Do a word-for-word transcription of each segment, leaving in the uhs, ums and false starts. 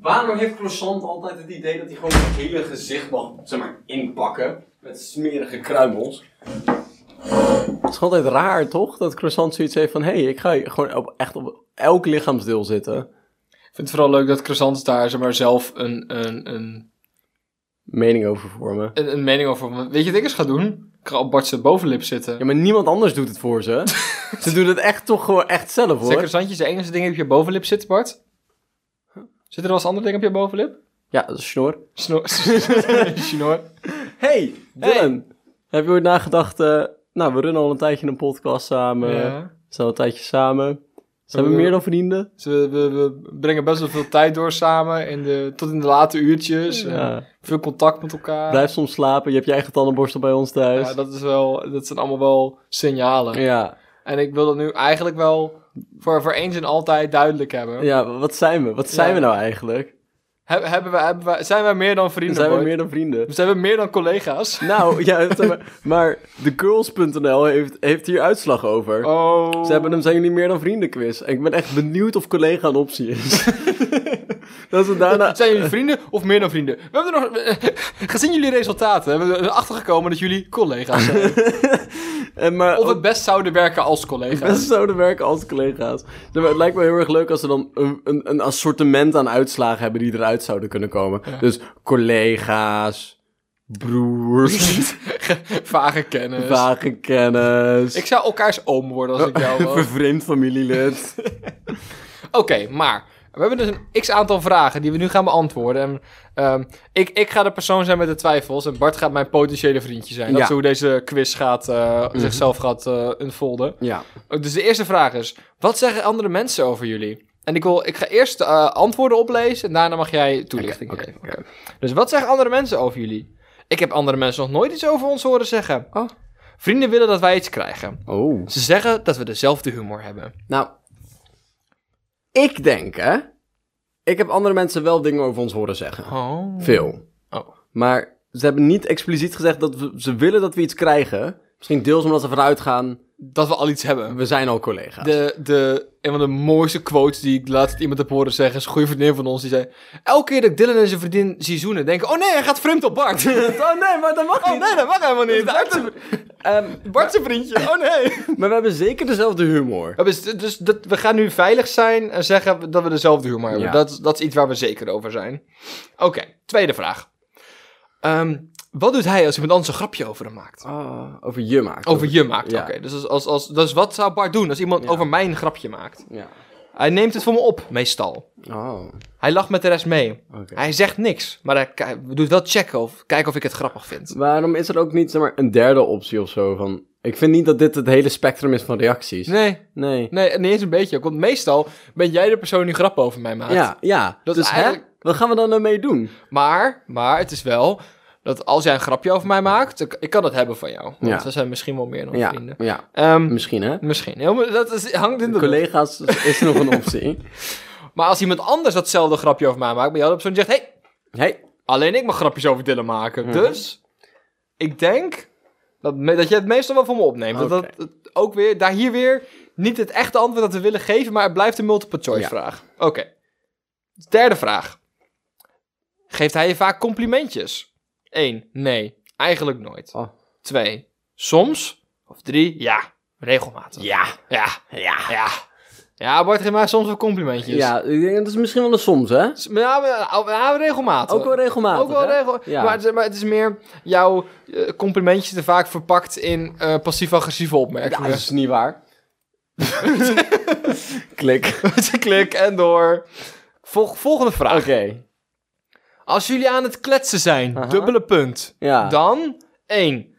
Waarom heeft Croissant altijd het idee dat hij gewoon het hele gezicht mag, zeg maar, inpakken? Met smerige kruimels. Het is altijd raar, toch? Dat Croissant zoiets heeft van... Hé, hey, ik ga hier gewoon op, echt op elk lichaamsdeel zitten. Ik vind het vooral leuk dat Croissant daar zeg maar, zelf een, een, een... mening over vormen. Een, een mening over vormen. Weet je wat ik eens ga doen? Ik ga op Bart's bovenlip zitten. Ja, maar niemand anders doet het voor ze. Ze doen het echt toch gewoon echt zelf, hoor. Zijn croissantjes de enige dingen op je bovenlip zitten, Bart? Zitten er wel eens andere dingen op je bovenlip? Ja, dat is snor. Snor. Snor. Hey, Dylan. Hey. Heb je ooit nagedacht... Uh, nou, we runnen al een tijdje een podcast samen. Ja. We zijn al een tijdje samen. Zijn we, we meer dan vrienden? We, we, we brengen best wel veel tijd door samen. In de, tot in de late uurtjes. Ja. Veel contact met elkaar. Blijf soms slapen. Je hebt je eigen tandenborstel bij ons thuis. Ja, dat is wel... Dat zijn allemaal wel signalen. Ja. En ik wil dat nu eigenlijk wel... Voor, voor eens en altijd duidelijk hebben. Ja, wat zijn we? Wat zijn ja. we nou eigenlijk? He, hebben we, hebben we, zijn wij meer dan vrienden? Zijn we boy? meer dan vrienden? Zijn we meer dan collega's? Nou, ja, maar, maar de girls punt n l heeft, heeft hier uitslag over. Oh. Ze hebben hem Zijn jullie meer dan vrienden quiz. En ik ben echt benieuwd of collega een optie is. Dat we daarna... Zijn jullie vrienden of meer dan vrienden? We hebben er nog... Gezien jullie resultaten, hebben we erachter gekomen dat jullie collega's zijn. En maar of het ook, best zouden werken als collega's. Het best zouden werken als collega's. Het lijkt me heel erg leuk als ze dan een, een, een assortiment aan uitslagen hebben die eruit zouden kunnen komen. Ja. Dus collega's, broers, vage kennis. Vage kennis. Ik zou elkaars oom worden als ik jou was. Vervreemd familielid. Oké, okay, maar we hebben dus een x-aantal vragen die we nu gaan beantwoorden. En, um, ik, ik ga de persoon zijn met de twijfels en Bart gaat mijn potentiële vriendje zijn. Dat ja. is hoe deze quiz gaat, uh, mm-hmm. zichzelf gaat uh, unfolden. Ja. Dus de eerste vraag is, wat zeggen andere mensen over jullie? En ik, wil, ik ga eerst uh, antwoorden oplezen en daarna mag jij toelichting okay, geven. Okay, okay. Dus wat zeggen andere mensen over jullie? Ik heb andere mensen nog nooit iets over ons horen zeggen. Oh. Vrienden willen dat wij iets krijgen. Oh. Ze zeggen dat we dezelfde humor hebben. Nou, ik denk, hè. Ik heb andere mensen wel dingen over ons horen zeggen. Oh. Veel. Oh. Maar ze hebben niet expliciet gezegd dat we, ze willen dat we iets krijgen. Misschien deels omdat ze vanuit gaan... Dat we al iets hebben. We zijn al collega's. De, de, een van de mooiste quotes die ik laatst iemand heb horen zeggen... is een goede vriendin van ons. Die zei... Elke keer dat ik Dylan en zijn vriendin zie zoenen... denk ik... Oh nee, hij gaat vreemd op Bart. Oh nee, maar dat mag oh, niet. Oh nee, dat mag helemaal niet. Bart zijn um, Bart vriendje. Oh nee. Maar we hebben zeker dezelfde humor. Ja, dus dus dat, we gaan nu veilig zijn... en zeggen dat we dezelfde humor hebben. Ja. Dat, dat is iets waar we zeker over zijn. Oké, okay, tweede vraag. Um, Wat doet hij als iemand anders een grapje over hem maakt? Oh, over je maakt. Over, over je maakt, ja. Oké. Okay. Dus, als, als, als, dus wat zou Bart doen als iemand ja. over mij een grapje maakt? Ja. Hij neemt het voor me op, meestal. Oh. Hij lacht met de rest mee. Okay. Hij zegt niks, maar hij, hij doet wel checken of kijken of ik het grappig vind. Waarom is er ook niet zeg maar, een derde optie of zo? Van, ik vind niet dat dit het hele spectrum is van reacties. Nee. Nee. Nee, niet eens een beetje. Want meestal ben jij de persoon die grappen over mij maakt. Ja, ja. Dat dus is eigenlijk... hè? Wat gaan we dan ermee doen? Maar, maar het is wel... dat als jij een grapje over mij maakt, ik, ik kan dat hebben van jou. Want ja. we zijn misschien wel meer dan ja, vrienden. Ja, um, misschien hè? Misschien. Ja, dat is, hangt in de collega's is nog een optie. Maar als iemand anders datzelfde grapje over mij maakt, ben jij de persoon die zegt, hey, hey, alleen ik mag grapjes over Dylan maken. Mm-hmm. Dus, ik denk dat, me, dat je het meestal wel van me opneemt. Okay. Dat, dat, dat ook weer, daar hier weer niet het echte antwoord dat we willen geven, maar het blijft een multiple choice ja. vraag. Oké. Okay. Derde vraag. Geeft hij je vaak complimentjes? Eén, nee, eigenlijk nooit. Oh. Twee, soms. Of drie, ja, regelmatig. Ja, ja, ja, ja. Ja, Bart geeft mij soms wel complimentjes. Ja, ik denk dat is misschien wel een soms, hè? Ja, ja, regelmatig. Ook wel regelmatig, Ook wel regelmatig. Ja. Maar, het, maar het is meer jouw uh, complimentjes te vaak verpakt in uh, passief-agressieve opmerkingen. Ja, dat is niet waar. Klik. Klik en door. Vol- volgende vraag. Oké. Okay. Als jullie aan het kletsen zijn, uh-huh. dubbele punt, ja. dan één.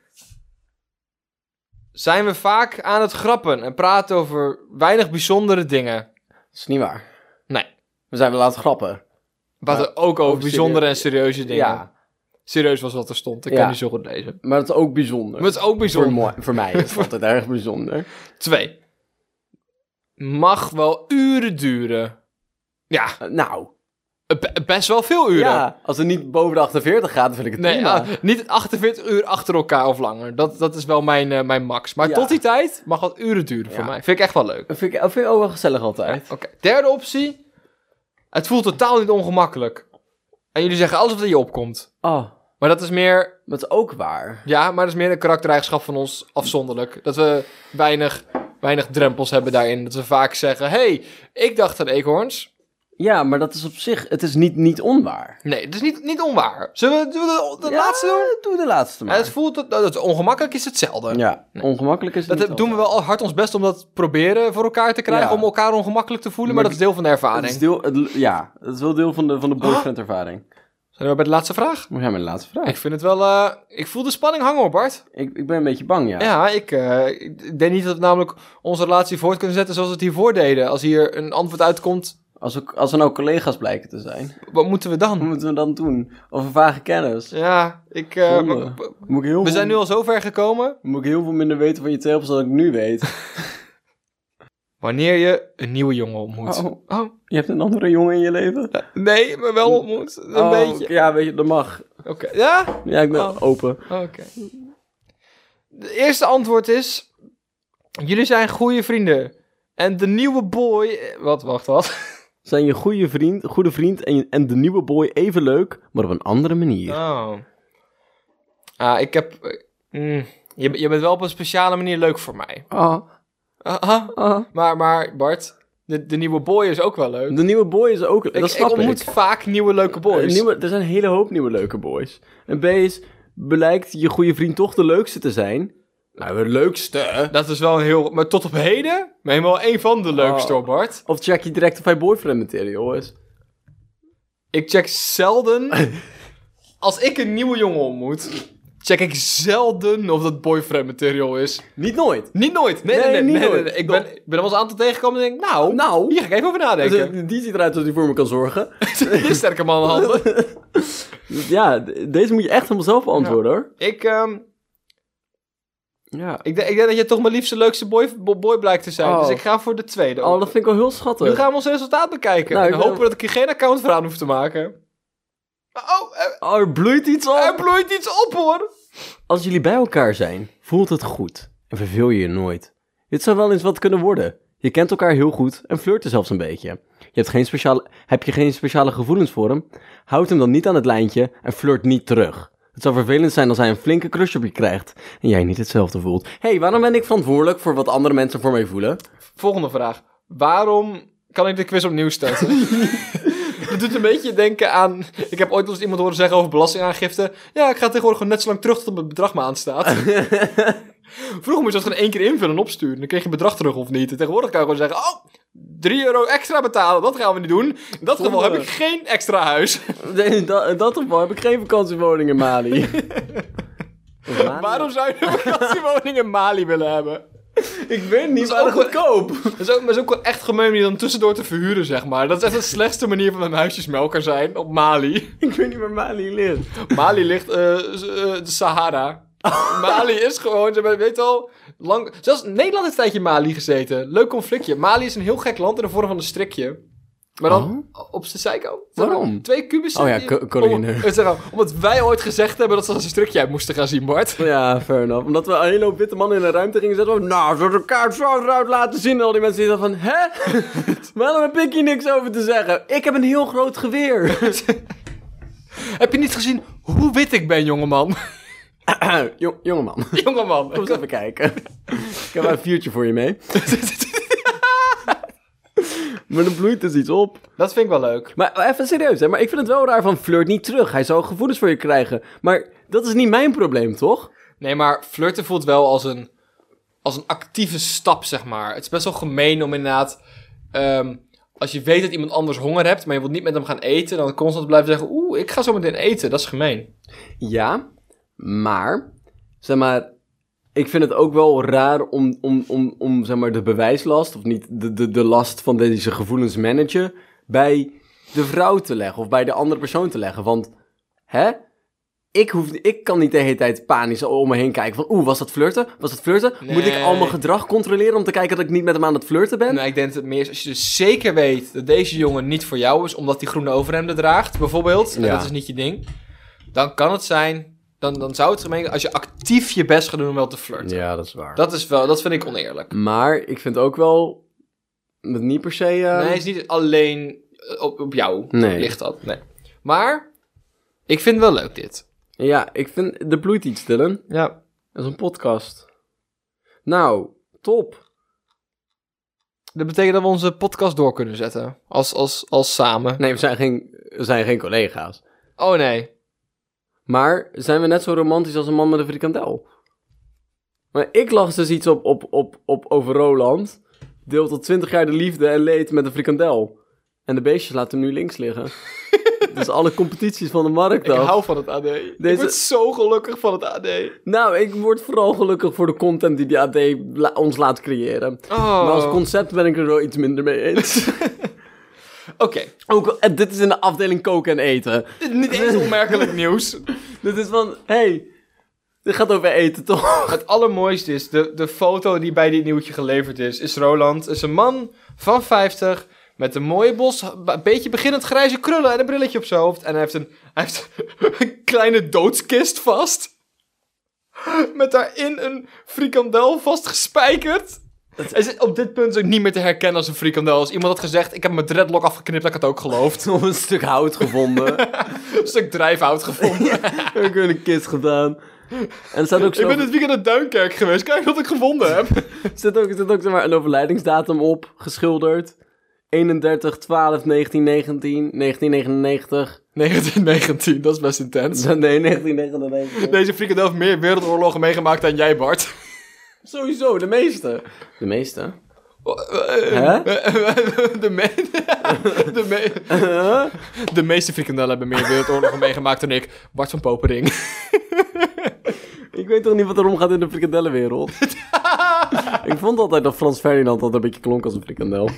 Zijn we vaak aan het grappen en praten over weinig bijzondere dingen? Dat is niet waar. Nee. We zijn wel aan het grappen. We praten ook over, over bijzondere serieus. en serieuze dingen. Ja. Serieus was wat er stond, ik ja. kan niet zo goed lezen. Maar het is ook bijzonder. Maar het is ook bijzonder. Voor, mo- voor mij is het altijd erg bijzonder. Twee. Mag wel uren duren. Ja. Uh, nou... B- best wel veel uren. Ja, als het niet boven de achtenveertig gaat, dan vind ik het nee, prima. Uh, niet achtenveertig uur achter elkaar of langer. Dat, dat is wel mijn, uh, mijn max. Maar ja. tot die tijd mag wat uren duren voor ja. mij. Vind ik echt wel leuk. Dat vind ik, vind ik ook wel gezellig altijd. Ja, Oké, okay. Derde optie. Het voelt totaal niet ongemakkelijk. En jullie zeggen alles wat in je opkomt. Oh, Maar dat is meer... dat is ook waar. Ja, maar dat is meer een karaktereigenschap van ons afzonderlijk. Dat we weinig, weinig drempels hebben daarin. Dat we vaak zeggen... hey, ik dacht aan eekhoorns. Ja, maar dat is op zich... Het is niet, niet onwaar. Nee, dat is niet, niet onwaar. Zullen we, zullen we de, de Ja, laatste doen? Doe de laatste maar. Ja, het voelt... Dat, dat het ongemakkelijk is hetzelfde. Ja, ongemakkelijk is het Dat niet doen we wel al hard ons best om dat proberen voor elkaar te krijgen. Ja. Om elkaar ongemakkelijk te voelen. Maar Maar, dat is deel van de ervaring. Het is deel, het, ja, het is wel deel van de, van de boyfriend-ervaring. Zijn we bij de laatste vraag? We gaan met de laatste vraag. Ik vind het wel... Uh, ik voel de spanning hangen hoor, Bart. Ik, ik ben een beetje bang, ja. Ja, ik, uh, ik denk niet dat we namelijk onze relatie voort kunnen zetten zoals we het hiervoor deden. Als hier een antwoord uitkomt, Als we, als we nou collega's blijken te zijn, wat moeten we wat dan? moeten we dan doen? Over vage kennis. Ja, ik... Uh, Zonde. m- m- Moet ik heel we veel, zijn nu al zo ver gekomen. moet ik heel veel minder weten van je tepels dan ik nu weet. Wanneer je een nieuwe jongen ontmoet. Oh, Oh, je hebt een andere jongen in je leven? nee, maar wel ontmoet. Een Oh, beetje. Ja, weet je, dat mag. Oké, ja? Ja, ik ben Oh. open. Oké. De eerste antwoord is... Jullie zijn goede vrienden. En de nieuwe boy... Wat, wacht, wat? Zijn je goede vriend, goede vriend en, je- en de nieuwe boy even leuk, maar op een andere manier? Oh. Ah, ik heb... eh, mm, je, je bent wel op een speciale manier leuk voor mij. Ah, Ah, ah. ah. Maar, maar Bart, de, de nieuwe boy is ook wel leuk. De nieuwe boy is ook... Ik, dat ik snap ik. ontmoet vaak nieuwe leuke boys. Een nieuwe, er zijn een hele hoop nieuwe leuke boys. En B is, blijkt je goede vriend toch de leukste te zijn? Nou, de leukste. Dat is wel een heel... Maar tot op heden ben je wel een van de leukste Oh. hoor, Bart. Of check je direct of hij boyfriend material is? Ik check zelden... Als ik een nieuwe jongen ontmoet... Check ik zelden of dat boyfriend material is. Niet nooit. Niet nooit. Nee, nee, Nee, nee. niet nee, nee, nooit. nee. Ik, ben, ik ben er wel eens een aantal tegengekomen en denk... Nou, Nou. hier ga ik even over nadenken. Dus, die ziet eruit alsof hij voor me kan zorgen. Dit sterke man handen. Dus ja, d- deze moet je echt helemaal zelf beantwoorden hoor. Ik, ehm, Ja. ik, denk, ik denk dat je toch mijn liefste, leukste boy, bo- boy blijkt te zijn. Oh. Dus ik ga voor de tweede. Oh, dat vind ik wel heel schattig. Nu gaan we ons resultaat bekijken. Nou, en ik ben- hopen dat ik hier geen account voor aan hoef te maken. Oh, er, Oh, er bloeit iets er op. bloeit iets op hoor. Als jullie bij elkaar zijn, voelt het goed. En verveel je je nooit. Dit zou wel eens wat kunnen worden. Je kent elkaar heel goed en flirten zelfs een beetje. Je hebt geen speciale, heb je geen speciale gevoelens voor hem? Houd hem dan niet aan het lijntje en flirt niet terug. Het zou vervelend zijn als hij een flinke crush op je krijgt en jij niet hetzelfde voelt. Hé, hey, waarom ben ik verantwoordelijk voor wat andere mensen voor mij voelen? Volgende vraag. Waarom kan ik de quiz opnieuw starten? Dat doet een beetje denken aan... Ik heb ooit wel eens iemand horen zeggen over belastingaangifte. Ja, ik ga tegenwoordig gewoon net zo lang terug tot het bedrag me aanstaat. Vroeger moest je dat gewoon één keer invullen en opsturen. Dan kreeg je bedrag terug of niet. En tegenwoordig kan je gewoon zeggen... Oh, drie euro extra betalen. Dat gaan we niet doen. In dat Zonde. geval heb ik geen extra huis. In dat, in dat geval heb ik geen vakantiewoning in Mali. Waarom zou je een vakantiewoning in Mali willen hebben? Ik weet niet, is maar ook goedkoop. Dat is ook, maar is ook wel echt gemeen om je dan tussendoor te verhuren, zeg maar. Dat is echt de slechtste manier van een huisjesmelker zijn op Mali. Ik weet niet waar Mali ligt. Mali ligt eh, z- eh, de Sahara. Mali is gewoon, je weet al, lang... Zelfs Nederland heeft een tijdje in Mali gezeten. Leuk conflictje. Mali is een heel gek land in de vorm van een strikje. Maar dan op zijn zijkant. Waarom? Twee kubus. Oh ja, ko- koloniën. Om, zeg maar, omdat wij ooit gezegd hebben dat ze als een strikje uit moesten gaan zien, Bart. Ja, fair enough. Omdat we een hele hoop witte mannen in een ruimte gingen zetten. Nou, zullen we de kaart zo eruit laten zien? En al die mensen die dachten van, hè? Waarom heb ik hier niks over te zeggen? Ik heb een heel groot geweer. Heb je niet gezien hoe wit ik ben, jongeman? Jong, jongeman, jongeman. kom eens even kijken. Ik heb wel een viertje voor je mee. Maar er bloeit dus iets op. Dat vind ik wel leuk. Maar even serieus, hè? Maar ik vind het wel raar van flirt niet terug. Hij zou gevoelens voor je krijgen. Maar dat is niet mijn probleem, toch? Nee, maar flirten voelt wel als een, als een actieve stap, zeg maar. Het is best wel gemeen om inderdaad... ehm, als je weet dat iemand anders honger hebt, maar je wilt niet met hem gaan eten... dan constant blijven zeggen, oeh, ik ga zo meteen eten. Dat is gemeen. Ja, maar, zeg maar, ik vind het ook wel raar om, om, om, om zeg maar, de bewijslast, of niet de, de, de last van deze gevoelens managen, bij de vrouw te leggen, of bij de andere persoon te leggen. Want, hè, ik, hoef, ik kan niet de hele tijd panisch om me heen kijken van, oeh, was dat flirten? Was dat flirten? Nee. Moet ik al mijn gedrag controleren om te kijken dat ik niet met hem aan het flirten ben? Nou, ik denk dat het meer is als je dus zeker weet dat deze jongen niet voor jou is... omdat hij groene overhemden draagt, bijvoorbeeld. En Ja. dat is niet je ding. Dan kan het zijn... Dan, dan zou het gemeen als je actief je best gaat doen om wel te flirten. Ja, dat is waar. Dat is wel, dat vind ik oneerlijk. Maar ik vind ook wel, dat niet per se... eh, Nee, het is niet alleen op, op jou Nee. ligt dat. Nee. Maar, ik vind het wel leuk dit. Ja, ik vind... Er bloeit iets, Dylan. Ja. Dat is een podcast. Nou, top. Dat betekent dat we onze podcast door kunnen zetten. Als, als, als samen. Nee, we zijn geen, we zijn geen collega's. Oh nee. Maar zijn we net zo romantisch als een man met een frikandel? Maar ik las dus iets op, op, op, op over Roland. Deelt al twintig jaar de liefde en leed met een frikandel. En de beestjes laten hem nu links liggen. Dus alle competities van de markt Ik af. hou van het A D. Deze- Ik word zo gelukkig van het A D. Nou, ik word vooral gelukkig voor de content die die A D la- ons laat creëren. Oh. Maar als concept ben ik er wel iets minder mee eens. Oké. Ook, eh, dit is in de afdeling koken en eten. Niet eens onmerkelijk nieuws. Dit is van, hey, dit gaat over eten toch? Het allermooiste is, de, de foto die bij dit nieuwtje geleverd is, is Roland. Is een man van vijftig, met een mooie bos, een beetje beginnend grijze krullen en een brilletje op zijn hoofd. En hij heeft een, hij heeft een kleine doodskist vast. Met daarin een frikandel vastgespijkerd. Hij is op dit punt ook niet meer te herkennen als een frikandel. Als iemand had gezegd, ik heb mijn dreadlock afgeknipt, had ik het ook geloofd. Of een stuk hout gevonden. Een stuk drijfhout gevonden. Heb ik een kist gedaan. En er staat ook zo... Ik ben dit weekend naar Duinkerk geweest, kijk wat ik gevonden heb. Er zit ook, er zit ook zeg maar, een overlijdingsdatum op, geschilderd. eenendertig twaalf negentien negentien, negentien negenennegentig. negentien negentien, dat is best intens. Nee, negentien negenennegentig. Deze frikandel heeft meer wereldoorlogen meegemaakt dan jij, Bart. Sowieso, de meeste. De meeste? Hè? De, me de, me de meeste frikandellen hebben meer wereldoorlogen meegemaakt dan ik. Bart van Popering. Ik weet toch niet wat er omgaat in de frikandellenwereld? Ik vond altijd dat Frans Ferdinand altijd een beetje klonk als een frikandel.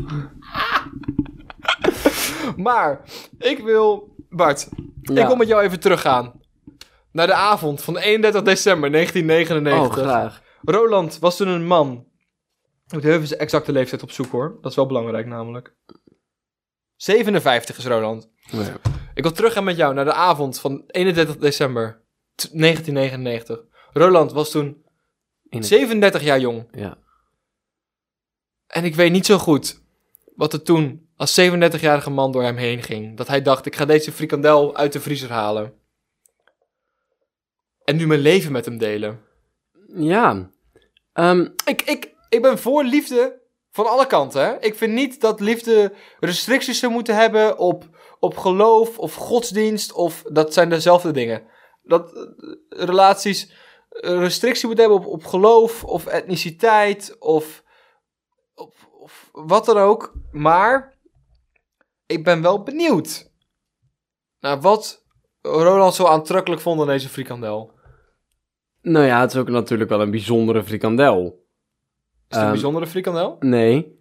Maar, ik wil... Bart, Ja. ik wil met jou even teruggaan. Naar de avond van eenendertig december negentien negenennegentig. Oh, graag. Roland was toen een man. Ik moet even zijn exacte leeftijd opzoeken hoor. Dat is wel belangrijk namelijk. zevenenvijftig is Roland. Oh, ja. Ik wil teruggaan met jou naar de avond van eenendertig december negentien negenennegentig. Roland was toen zevenendertig jaar jong. Ja. En ik weet niet zo goed wat er toen als zevenendertigjarige man door hem heen ging. Dat hij dacht, ik ga deze frikandel uit de vriezer halen. En nu mijn leven met hem delen. Ja. Um, Ik, ik, ik ben voor liefde van alle kanten. Hè? Ik vind niet dat liefde restricties zou moeten hebben op, op geloof of godsdienst. Of dat zijn dezelfde dingen. Dat uh, relaties uh, restrictie moeten hebben op, op geloof of etniciteit of, of, of wat dan ook. Maar ik ben wel benieuwd naar wat Roland zo aantrekkelijk vond aan deze frikandel. nou ja, het is ook natuurlijk wel een bijzondere frikandel. Is het een Um, bijzondere frikandel? Nee.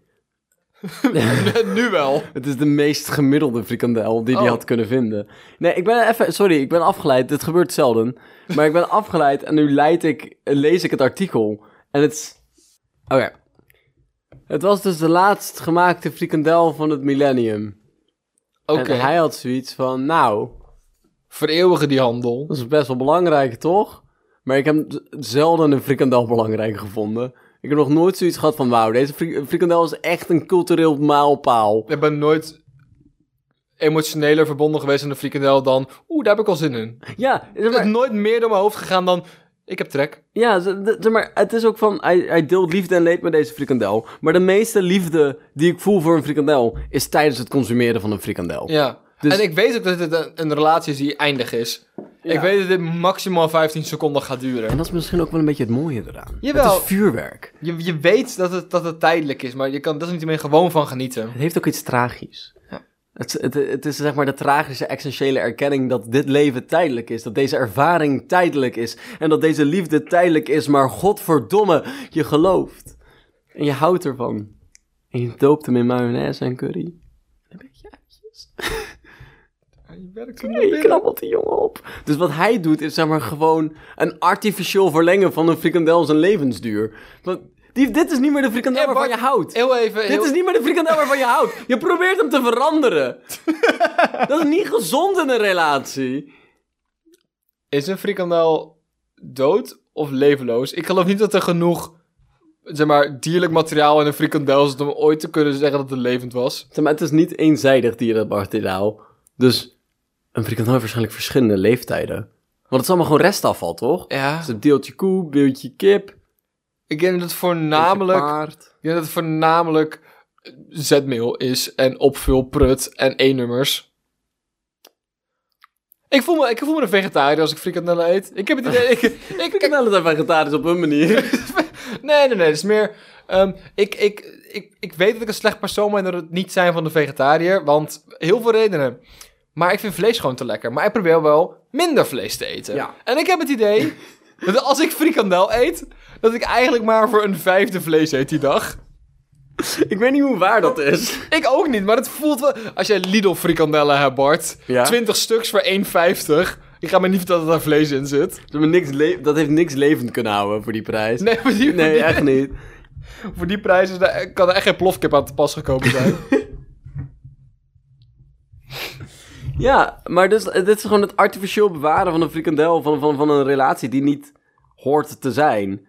Nu wel. Het is de meest gemiddelde frikandel die hij Oh. had kunnen vinden. Nee, ik ben even... Sorry, ik ben afgeleid. Dit gebeurt zelden. Maar ik ben afgeleid en nu leid ik, lees ik het artikel. En het is... Oké. Het was dus de laatst gemaakte frikandel van het millennium. Oké. En hij had zoiets van... Nou, Vereeuwigen die handel. dat is best wel belangrijk, toch? Maar ik heb z- zelden een frikandel belangrijk gevonden. Ik heb nog nooit zoiets gehad van... Wauw, deze fri- frikandel is echt een cultureel mijlpaal. Ik ben nooit emotioneler verbonden geweest aan de frikandel dan... Oeh, daar heb ik al zin in. Ja, zeg Het maar, is nooit meer door mijn hoofd gegaan dan... Ik heb trek. ja, z- d- zeg maar, het is ook van... Hij, hij deelt liefde en leed met deze frikandel. Maar de meeste liefde die ik voel voor een frikandel... is tijdens het consumeren van een frikandel. Ja. Dus- En ik weet ook dat het een, een relatie is die eindig is. Ja. Ik weet dat dit maximaal vijftien seconden gaat duren. En dat is misschien ook wel een beetje het mooie eraan. Jawel. Het is vuurwerk. Je, je weet dat het, dat het tijdelijk is, maar je kan er niet meer gewoon van genieten. Het heeft ook iets tragisch. Ja. Het, het, het is zeg maar de tragische, essentiële erkenning dat dit leven tijdelijk is. Dat deze ervaring tijdelijk is. En dat deze liefde tijdelijk is, maar godverdomme, je gelooft. En je houdt ervan. En je doopt hem in mayonaise en curry. Een beetje uitjes. Je werkt Ja, je knabbelt die jongen op. Dus wat hij doet is zeg maar gewoon een artificieel verlengen van een frikandel zijn levensduur. Want die, dit is niet meer de frikandel Ja, waarvan Bart, je houdt. Heel even... Dit heel- is niet meer de frikandel waarvan je houdt. Je probeert hem te veranderen. Dat is niet gezond in een relatie. Is een frikandel dood of levenloos? Ik geloof niet dat er genoeg zeg maar, dierlijk materiaal in een frikandel zit om ooit te kunnen zeggen dat het levend was. Zeg maar, het is niet eenzijdig dierlijk materiaal. Dus een frikandel heeft waarschijnlijk verschillende leeftijden. Want het is allemaal gewoon restafval, toch? Ja. Dus een deeltje koe, deeltje kip. Ik denk dat het voornamelijk... Paard. Ik denk dat het voornamelijk zetmeel is en opvulprut en E-nummers. Ik voel, me, ik voel me een vegetariër als ik frikandellen eet. Ik heb het idee... Ik, ik, Frikandellen zijn vegetarisch op hun manier. nee, nee, nee. Het is meer... Um, ik, ik, ik, ik weet dat ik een slecht persoon ben door het niet zijn van de vegetariër. Want heel veel redenen. Maar ik vind vlees gewoon te lekker. Maar ik probeer wel minder vlees te eten. Ja. En ik heb het idee dat als ik frikandel eet, dat ik eigenlijk maar voor een vijfde vlees eet die dag. Ik weet niet hoe waar dat is. Ik ook niet, maar het voelt wel... Als jij Lidl frikandellen hebt, Bart. Ja? twintig stuks voor één vijftig. Ik ga me niet vertellen dat daar vlees in zit. Dat, niks le- dat heeft niks levend kunnen houden voor die prijs. Nee, voor die, Nee, voor die, echt niet. Voor die prijs is er, kan er echt geen plofkip aan te pas gekomen zijn. Ja, maar dus, dit is gewoon het artificieel bewaren van een frikandel, van, van, van een relatie die niet hoort te zijn.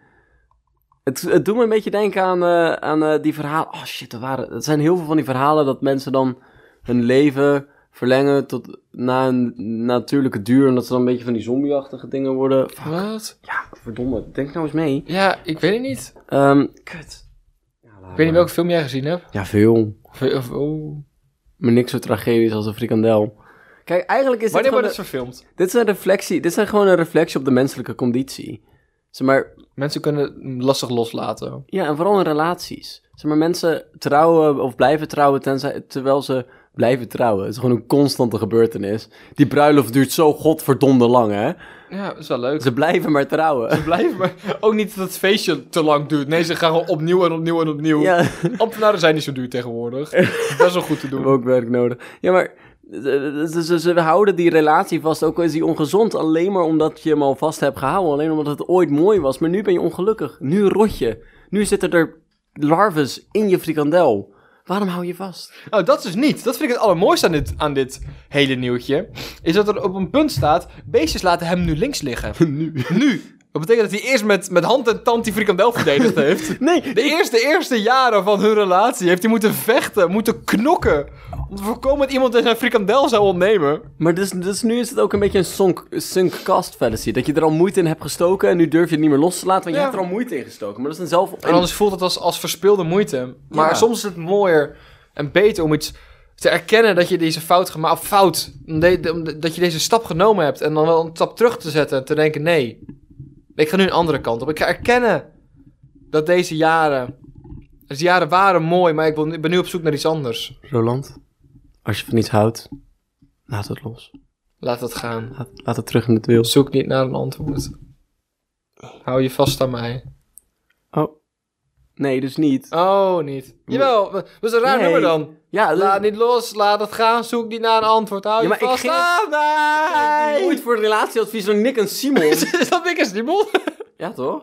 Het, het doet me een beetje denken aan, uh, aan uh, die verhalen. Oh shit, er, waren, er zijn heel veel van die verhalen dat mensen dan hun leven verlengen tot na een natuurlijke duur. En dat ze dan een beetje van die zombieachtige dingen worden. Fuck. Wat? Ja, verdomme. Denk nou eens mee. Ja, ik weet het niet. Um, kut. Ja, Ik weet niet welke film jij gezien hebt. Ja, veel. Of, oh. Maar niks zo tragedisch als een frikandel. Kijk, eigenlijk is Wanneer dit wordt gewoon... het verfilmd? Dit is een reflectie. Dit is gewoon een reflectie op de menselijke conditie. Zeg maar... Mensen kunnen lastig loslaten. Ja, en vooral in relaties. Zeg maar, mensen trouwen of blijven trouwen tenzij, terwijl ze blijven trouwen. Het is gewoon een constante gebeurtenis. Die bruiloft duurt zo godverdomde lang, hè? Ja, dat is wel leuk. Ze blijven maar trouwen. Ze blijven maar... Ook niet dat het feestje te lang duurt. Nee, ze gaan gewoon opnieuw en opnieuw en opnieuw. Ja, Ambtenaren zijn niet zo duur tegenwoordig. Dat is wel goed te we doen. hebben ook werk nodig. Ja, maar ze, ze, ze, ze houden die relatie vast, ook al is die ongezond, alleen maar omdat je hem al vast hebt gehouden. Alleen omdat het ooit mooi was. Maar nu ben je ongelukkig. Nu rot je. Nu zitten er larves in je frikandel. Waarom hou je vast? Nou, dat dus niet. Dat vind ik het allermooiste aan dit, aan dit hele nieuwtje. Is dat er op een punt staat... Beestjes laten hem nu links liggen. Nu. Nu. Dat betekent dat hij eerst met, met hand en tand die frikandel verdedigd heeft. Nee, De eerste, eerste jaren van hun relatie heeft hij moeten vechten, moeten knokken. Om te voorkomen dat iemand zijn frikandel zou ontnemen. maar dus, dus nu is het ook een beetje een sunk, sunk cost fallacy. Dat je er al moeite in hebt gestoken en nu durf je het niet meer los te laten, want Ja. je hebt er al moeite in gestoken. Maar dat is een zelf... En anders voelt het als, als verspilde moeite. Maar Ja. soms is het mooier en beter om iets te erkennen dat je deze fout gemaakt... Of fout, dat je deze stap genomen hebt. En dan wel een stap terug te zetten en te denken, nee... Ik ga nu een andere kant op. Ik ga erkennen dat deze jaren... Deze jaren waren mooi, maar ik, wil, ik ben nu op zoek naar iets anders. Roland, als je van iets houdt, laat het los. Laat het gaan. Laat, laat het terug in het wiel. Zoek niet naar een antwoord. Hou je vast aan mij. Oh. Nee, dus niet. Oh, niet. Jawel, wat is een raar Nee. nummer dan. Ja, dat- Laat niet los, laat het gaan, zoek niet naar een antwoord. Hou Ja, je maar ik vast ging- aan mij. Ooit voor relatieadvies door Nick en Simon. Is dat ik een Simon? Ja, toch?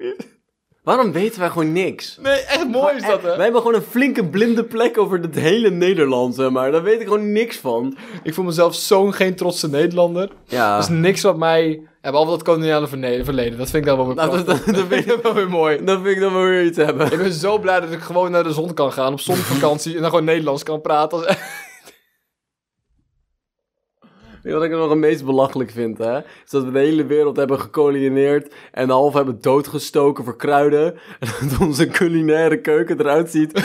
Waarom weten wij gewoon niks? Nee, echt mooi is dat, hè? Wij hebben gewoon een flinke blinde plek over het hele Nederland, zeg maar. Daar weet ik gewoon niks van. Ik voel mezelf zo'n geen trotse Nederlander. Ja. Dat is niks wat mij... Ja, behalve dat koloniale verne- verleden. Dat vind ik dan wel weer Nou, dat, prachtig. dat, dat, vind ik, wel weer mooi. dat vind ik dan wel weer iets hebben. Ik ben zo blij dat ik gewoon naar de zon kan gaan op zonvakantie en dan gewoon Nederlands kan praten. Als... Weet je wat ik nog het meest belachelijk vind, hè? Is dat we de hele wereld hebben gekoloniseerd en de half hebben doodgestoken voor kruiden. En dat onze culinaire keuken eruit ziet.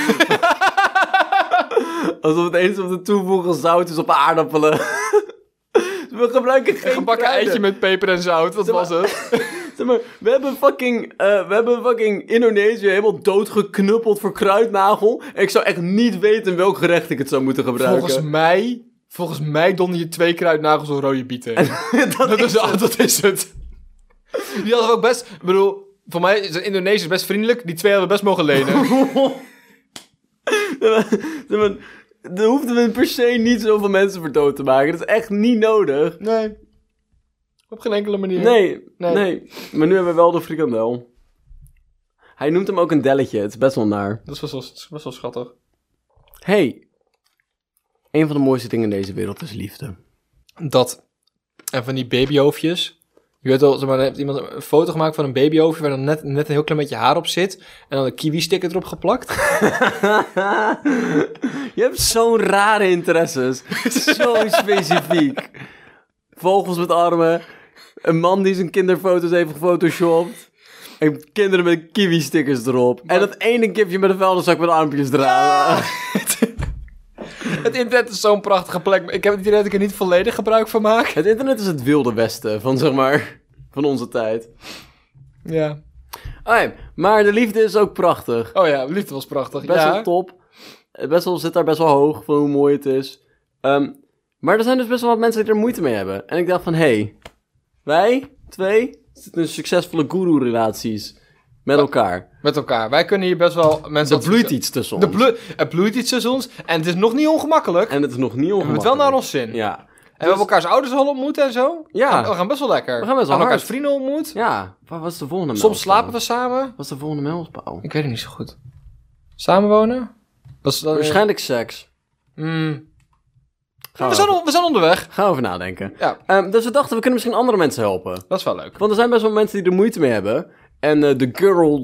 Alsof het enige wat we toevoegen zout is op aardappelen. We gebruiken geen Gebakken kruiden. eitje met peper en zout, wat Zeg maar- was het? Zeg maar, we hebben fucking, uh, we hebben fucking Indonesië helemaal doodgeknuppeld voor kruidnagel. En ik zou echt niet weten in welk gerecht ik het zou moeten gebruiken. Volgens mij, volgens mij donder je twee kruidnagels door rode bieten heen. dat, dat, is, dat is het. Die hadden we ook best, ik bedoel, voor mij is Indonesië best vriendelijk. Die twee hadden we best mogen lenen. Zeg maar, er hoefden we per se niet zoveel mensen voor dood te maken. Dat is echt niet nodig. Nee. Op geen enkele manier. Nee, Nee. nee. Maar nu hebben we wel de frikandel. Hij noemt hem ook een delletje. Het is best wel naar. Dat is best wel, dat is best wel schattig. Hey, een van de mooiste dingen in deze wereld is liefde. Dat. En van die babyhoofdjes Je weet wel, zeg maar, dan heeft iemand een foto gemaakt van een babyhoofdje waar dan net, net een heel klein beetje haar op zit. En dan een kiwi-sticker erop geplakt. Je hebt zo'n rare interesses. Zo specifiek. Vogels met armen. Een man die zijn kinderfoto's heeft gefotoshopt. En kinderen met kiwi-stickers erop. Maar... En dat ene kipje met een vuilniszak met armpjes eraan. Ja! Het internet is zo'n prachtige plek. Ik heb het idee dat ik er niet volledig gebruik van maak. Het internet is het wilde westen van, zeg maar, van onze tijd. Ja. Okay, maar de liefde is ook prachtig. Oh ja, de liefde was prachtig. Best ja. wel top. Best wel, zit daar best wel hoog van hoe mooi het is. Um, maar er zijn dus best wel wat mensen die er moeite mee hebben. En ik dacht van, hé, hey, wij twee zitten in succesvolle guru-relaties met elkaar. Met elkaar. Wij kunnen hier best wel... mensen. Er bloeit iets tussen ons. De blo- er bloeit iets tussen ons. En het is nog niet ongemakkelijk. En het is nog niet ongemakkelijk. We hebben het wel naar ons zin. Ja. En dus... we hebben elkaars ouders al ontmoet en zo. Ja. We gaan best wel lekker. We gaan best wel we hard. elkaars vrienden ontmoet. Ja. Wat was de volgende Soms mijlpaal? Slapen we samen. Wat is de volgende mijlpaal? Ik weet het niet zo goed. Samenwonen? Was dat... Waarschijnlijk seks. Mm. We zijn, on- we zijn onderweg. Gaan we over nadenken. Ja. Um, dus we dachten, we kunnen misschien andere mensen helpen. Dat is wel leuk. Want er zijn best wel mensen die er moeite mee hebben. En uh, de girl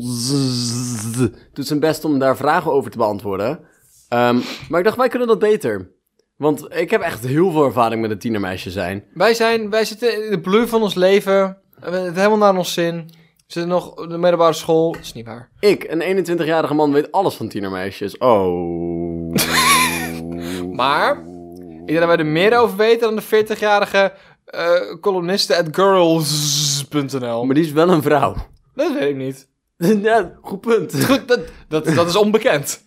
doet zijn best om daar vragen over te beantwoorden. Um, maar ik dacht, wij kunnen dat beter. Want ik heb echt heel veel ervaring met een tienermeisje zijn. Wij zijn, wij zitten in de bloei van ons leven. We hebben het helemaal naar ons zin. We zitten nog op de middelbare school. Dat is niet waar. Ik, een eenentwintigjarige man, weet alles van tienermeisjes. Oh. Maar... ik denk dat wij er meer over weten dan de veertigjarige uh, columniste at girls punt n l. Maar die is wel een vrouw. Dat weet ik niet. Ja, goed punt. Goed, dat, dat, dat is onbekend.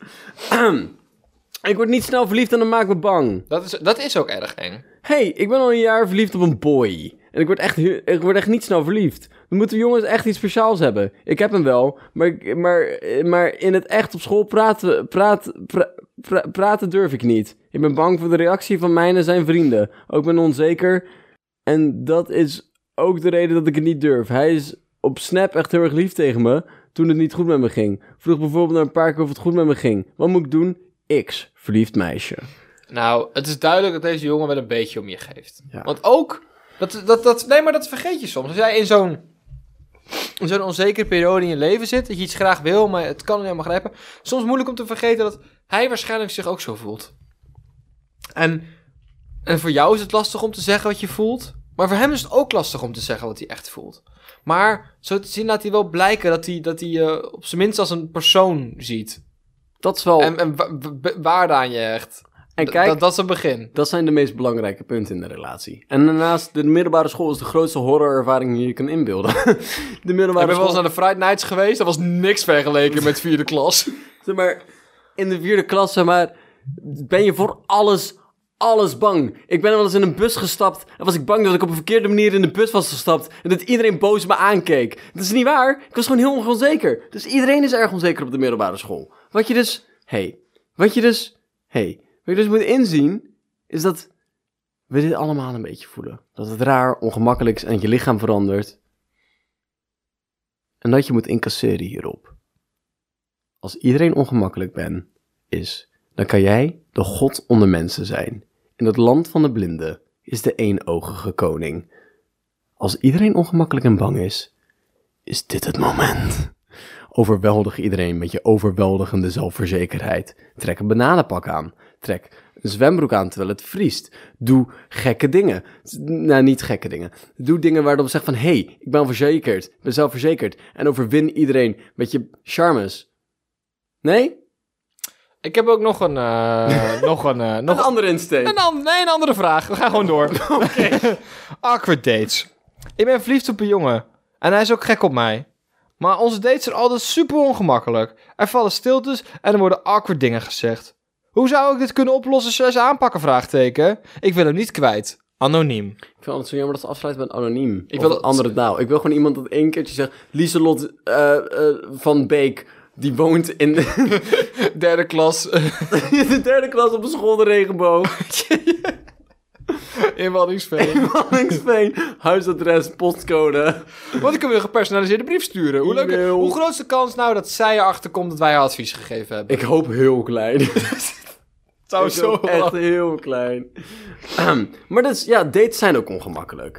Ik word niet snel verliefd en dat maakt me bang. Dat is, dat is ook erg eng. Hey, ik ben al een jaar verliefd op een boy. En ik word echt, ik word echt niet snel verliefd. We moeten jongens echt iets speciaals hebben. Ik heb hem wel, maar, maar, maar in het echt op school praten, praat, pra, pra, praten durf ik niet. Ik ben bang voor de reactie van mijn en zijn vrienden. Ook ben onzeker. En dat is ook de reden dat ik het niet durf. Hij is op Snap echt heel erg lief tegen me toen het niet goed met me ging. Vroeg bijvoorbeeld naar een paar keer of het goed met me ging. Wat moet ik doen? X, verliefd meisje. Nou, het is duidelijk dat deze jongen wel een beetje om je geeft. Ja. Want ook, dat, dat, dat, nee, maar dat vergeet je soms. Als jij in zo'n, in zo'n onzekere periode in je leven zit, dat je iets graag wil, maar het kan niet helemaal grijpen. Soms moeilijk om te vergeten dat hij waarschijnlijk zich ook zo voelt. En, en voor jou is het lastig om te zeggen wat je voelt, maar voor hem is het ook lastig om te zeggen wat hij echt voelt. Maar zo te zien laat hij wel blijken dat hij, dat hij je op zijn minst als een persoon ziet. Dat is wel... En, en wa- wa- waarde aan je echt. En kijk, dat, dat is een begin. Dat zijn de meest belangrijke punten in de relatie. En daarnaast, de middelbare school is de grootste horrorervaring die je kan inbeelden. De middelbare Ik ben school... wel eens naar de Friday Nights geweest. Dat was niks vergeleken met vierde klas. Zeg maar, in de vierde klas, zeg maar, ben je voor alles, alles bang. Ik ben wel eens in een bus gestapt en was ik bang dat ik op een verkeerde manier in de bus was gestapt en dat iedereen boos me aankeek. Dat is niet waar. Ik was gewoon heel onzeker. Dus iedereen is erg onzeker op de middelbare school. Wat je dus, hey, wat je dus, hey, wat je dus moet inzien, is dat we dit allemaal een beetje voelen. Dat het raar, ongemakkelijk is en dat je lichaam verandert. En dat je moet incasseren hierop. Als iedereen ongemakkelijk ben, is, dan kan jij de God onder mensen zijn. In het land van de blinden is de eenogige koning. Als iedereen ongemakkelijk en bang is, is dit het moment. Overweldig iedereen met je overweldigende zelfverzekerheid. Trek een bananenpak aan. Trek een zwembroek aan terwijl het vriest. Doe gekke dingen. Nou, niet gekke dingen. Doe dingen waarop je zegt van, hé, hey, ik ben verzekerd. Ik ben zelfverzekerd. En overwin iedereen met je charmes. Nee? Ik heb ook nog een... Uh, nog een, uh, nog een andere insteek. Een an- nee, een andere vraag. We gaan gewoon door. Oké. Awkward dates. Ik ben verliefd op een jongen. En hij is ook gek op mij. Maar onze dates zijn altijd super ongemakkelijk. Er vallen stiltes en er worden awkward dingen gezegd. Hoe zou ik dit kunnen oplossen slash aanpakken? Vraagteken. Ik wil hem niet kwijt. Anoniem. Ik vind het zo jammer dat ze afsluiten met anoniem. Ik Of wil een andere taal. Ik wil gewoon iemand dat één keertje zegt. Lieselot uh, uh, van Beek. Die woont in de derde klas. de derde klas op een school de Regenboog. In Waddinxveen. In Waddinxveen. Huisadres, postcode. Want ik kan weer een gepersonaliseerde brief sturen. Hoe, leuk, hoe groot is de kans nou dat zij erachter komt dat wij haar advies gegeven hebben? Ik hoop heel klein. Het zou zo echt heel klein. Maar dat is, ja, dates zijn ook ongemakkelijk.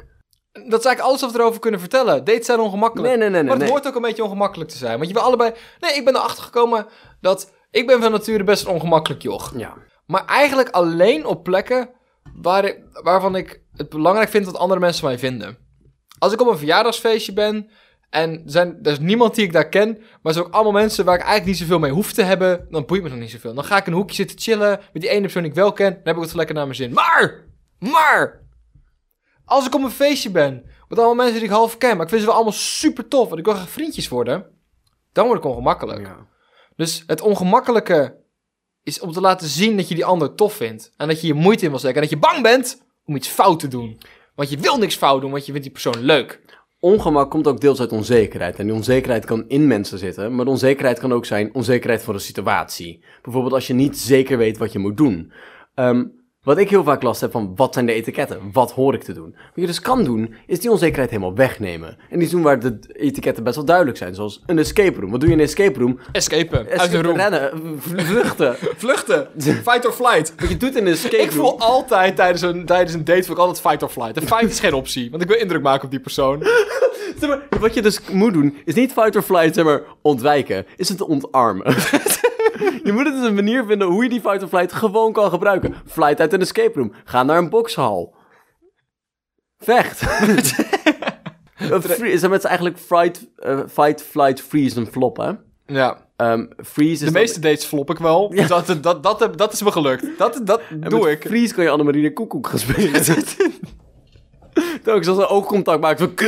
Dat is eigenlijk alles wat we erover kunnen vertellen. Dates zijn ongemakkelijk. Nee, nee, nee. nee maar het nee. hoort ook een beetje ongemakkelijk te zijn. Want je wil allebei... Nee, ik ben erachter gekomen dat... Ik ben van nature best een ongemakkelijk joch. Ja. Maar eigenlijk alleen op plekken waar ik, waarvan ik het belangrijk vind wat andere mensen mij vinden. Als ik op een verjaardagsfeestje ben en zijn, er is niemand die ik daar ken, maar er zijn ook allemaal mensen waar ik eigenlijk niet zoveel mee hoef te hebben, dan boeit me nog niet zoveel. Dan ga ik in een hoekje zitten chillen met die ene persoon die ik wel ken, dan heb ik het lekker naar mijn zin. Maar, maar, als ik op een feestje ben met allemaal mensen die ik half ken, maar ik vind ze wel allemaal super tof en ik wil graag vriendjes worden, dan word ik ongemakkelijk. Ja. Dus het ongemakkelijke is om te laten zien dat je die ander tof vindt. En dat je je moeite in wil steken. En dat je bang bent om iets fout te doen. Want je wil niks fout doen, want je vindt die persoon leuk. Ongemak komt ook deels uit onzekerheid. En die onzekerheid kan in mensen zitten. Maar de onzekerheid kan ook zijn onzekerheid voor een situatie. Bijvoorbeeld als je niet zeker weet wat je moet doen. Um, wat ik heel vaak last heb van, wat zijn de etiketten? Wat hoor ik te doen? Wat je dus kan doen, is die onzekerheid helemaal wegnemen. En iets doen waar de etiketten best wel duidelijk zijn. Zoals een escape room. Wat doe je in een escape room? Escapen, Escape, uit een room. Rennen, vluchten. Vluchten, fight or flight. Wat je doet in een escape room... Ik voel altijd tijdens een, tijdens een date, voel ik altijd fight or flight. En fight is geen optie, want ik wil indruk maken op die persoon. Zeg maar, wat je dus moet doen, is niet fight or flight, zeg maar, ontwijken. Is het omarmen. Je moet het dus een manier vinden hoe je die fight or flight gewoon kan gebruiken. Flight uit een escape room. Ga naar een boxhal. Vecht. Free, is dat eigenlijk fight, uh, fight, flight, freeze en flop, hè? Ja. Um, freeze is de meeste dates flop ik wel. Ja. Dat, dat, dat, dat, dat is me gelukt. Dat, dat doe ik. Freeze kan je Annemarie de Koekoek gaan spelen. Telkens als een oogcontact maakt van...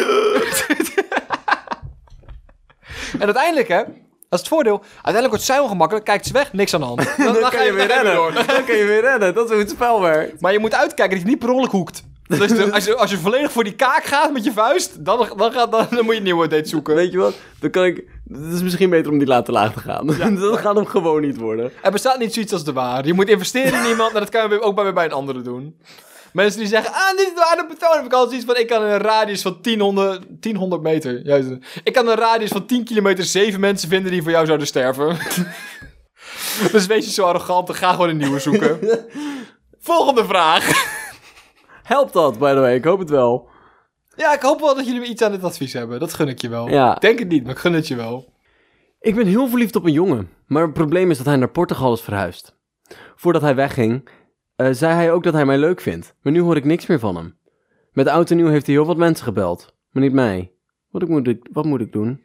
En uiteindelijk, hè, dat is het voordeel. Uiteindelijk wordt zij ongemakkelijk, kijkt ze weg, niks aan de hand. Dan, Dan, dan kan ga je weer dan ga rennen. door. Dan kan je weer rennen. Dat is hoe het spel werkt. Maar je moet uitkijken dat je niet per ongeluk hoekt. Dus de- als, je, als je volledig voor die kaak gaat met je vuist, dan, dan, gaat, dan, dan moet je een nieuwe date zoeken. Weet je wat? Dan kan ik... Het is misschien beter om die later laag te gaan. Dat gaat hem gewoon niet worden. Er bestaat niet zoiets als de waar. Je moet investeren in iemand en dat kan je ook bij, bij een andere doen. Mensen die zeggen, ah, dit is de ware persoon. Heb ik altijd iets van, ik kan in een radius van tienhonderd meter. Juist. Ik kan in een radius van tien kilometer zeven mensen vinden die voor jou zouden sterven. Dus wees je zo arrogant en ga gewoon een nieuwe zoeken. Volgende vraag. Helpt dat, by the way? Ik hoop het wel. Ja, ik hoop wel dat jullie iets aan dit advies hebben. Dat gun ik je wel. Ja. Ik denk het niet, maar ik gun het je wel. Ik ben heel verliefd op een jongen. Maar het probleem is dat hij naar Portugal is verhuisd. Voordat hij wegging, uh, zei hij ook dat hij mij leuk vindt. Maar nu hoor ik niks meer van hem. Met oud en nieuw heeft hij heel wat mensen gebeld. Maar niet mij. Wat, ik moet, ik, wat moet ik doen?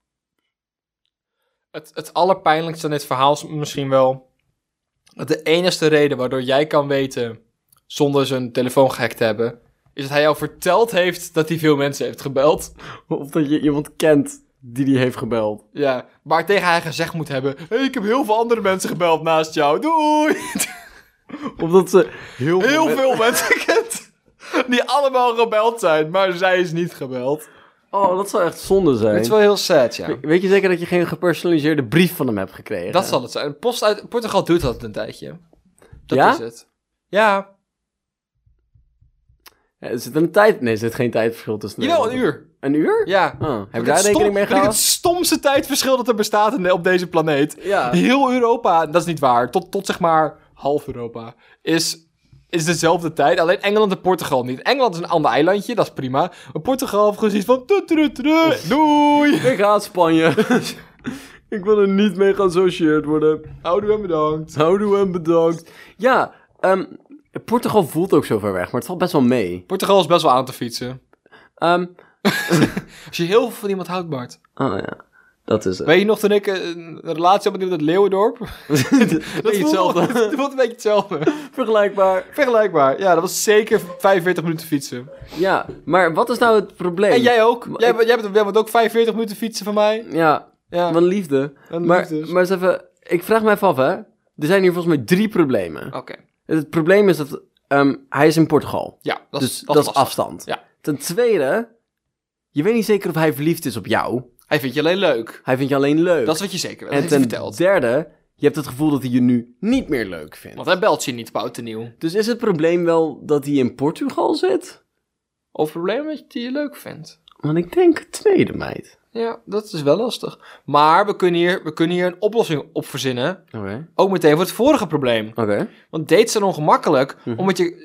Het, het allerpijnlijkste aan dit verhaal is misschien wel... dat de enige reden waardoor jij kan weten... zonder zijn telefoon gehackt te hebben... is dat hij jou verteld heeft dat hij veel mensen heeft gebeld. Of dat je iemand kent die die heeft gebeld. Ja, maar tegen hij gezegd moet hebben... Hey, ik heb heel veel andere mensen gebeld naast jou. Doei! Of dat ze heel, Heel men- veel mensen kent. Die allemaal gebeld zijn, maar zij is niet gebeld. Oh, dat zou echt zonde zijn. Het is wel heel sad, ja. We- Weet je zeker dat je geen gepersonaliseerde brief van hem hebt gekregen? Dat zal het zijn. Post uit Portugal doet dat een tijdje. Dat Ja? is het. Ja, Ja, er zit een tijd... Nee, er zit geen tijdverschil tussen. de- jawel, een uur. Een uur? Ja. Oh, heb je Het daar stom- rekening mee vind ik gehouden? het stomste tijdverschil dat er bestaat in de- op deze planeet. Ja. Heel Europa, dat is niet waar, tot, tot zeg maar half Europa, is, is dezelfde tijd. Alleen Engeland en Portugal niet. Engeland is een ander eilandje, dat is prima. Maar Portugal heeft gezien van... tu, tu, tu, tu, doei! Ik ga Spanje. Ik wil er niet mee geassocieerd worden. Houdoe en bedankt. Houdoe en bedankt. Ja, ehm, Portugal voelt ook zo ver weg, maar het valt best wel mee. Portugal is best wel aan te fietsen. Ehm, Als je heel veel van iemand houdt, Bart. oh ja, dat is het. Weet je nog toen ik een een relatie had met iemand uit Leeuwendorp? dat Dat is hetzelfde. voelt, dat voelt een beetje hetzelfde. Vergelijkbaar. Vergelijkbaar. Ja, dat was zeker vijfenveertig minuten fietsen. Ja, maar wat is nou het probleem? En jij ook. Maar Jij, ik- jij, bent, jij bent ook vijfenveertig minuten fietsen van mij. Ja, Ja. van liefde. Van maar, liefdes. maar eens even, ik vraag me even af, hè. Er zijn hier volgens mij drie problemen. Oké. Het probleem is dat ehm, hij is in Portugal. Ja, dat dus is, dat, is lastig. afstand. Ja. Ten tweede, je weet niet zeker of hij verliefd is op jou. Hij vindt je alleen leuk. Hij vindt je alleen leuk. Dat is wat je zeker weet. Dat en heeft hij ten verteld. derde, je hebt het gevoel dat hij je nu niet meer leuk vindt. Want hij belt je niet op oud en nieuw. Dus is het probleem wel dat hij in Portugal zit? Of problemen met die je leuk vindt. Want ik denk het tweede, meid. Ja, dat is wel lastig. Maar we kunnen hier, we kunnen hier een oplossing op verzinnen. Oké. Ook meteen voor het vorige probleem. Oké. Want dates zijn ongemakkelijk, Mhm. omdat je...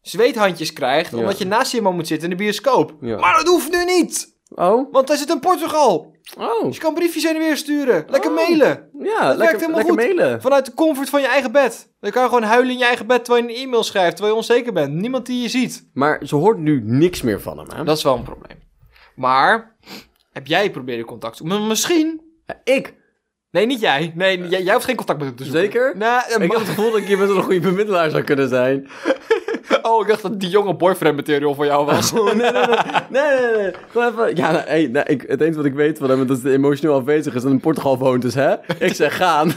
zweethandjes krijgt... Ja. omdat je naast iemand moet zitten in de bioscoop. Ja. Maar dat hoeft nu niet! Oh? Want hij zit in Portugal. Oh. Dus je kan briefjes heen en weer sturen. Lekker Oh. mailen. Ja, Dat werkt lekker, helemaal lekker goed. mailen. Vanuit de comfort van je eigen bed. Dan kan je gewoon huilen in je eigen bed terwijl je een e-mail schrijft. Terwijl je onzeker bent. Niemand die je ziet. Maar ze hoort nu niks meer van hem, hè? Dat is wel een probleem. Maar, heb jij geprobeerd contact te zoeken? Misschien... Ja, ik? Nee, niet jij. Nee, jij, jij hoeft geen contact met hem te zoeken. Zeker? Nee, eh, Ik ma- heb het gevoel dat ik hier met een goede bemiddelaar zou kunnen zijn. Oh, ik dacht dat die jonge boyfriend material voor jou was. Oh, nee, nee, nee. Nee, nee, nee. Gewoon even... Ja, nou, hey, nou, ik, het enige wat ik weet van hem is dat hij emotioneel afwezig is en in Portugal woont. Dus hè, ik zeg gaan.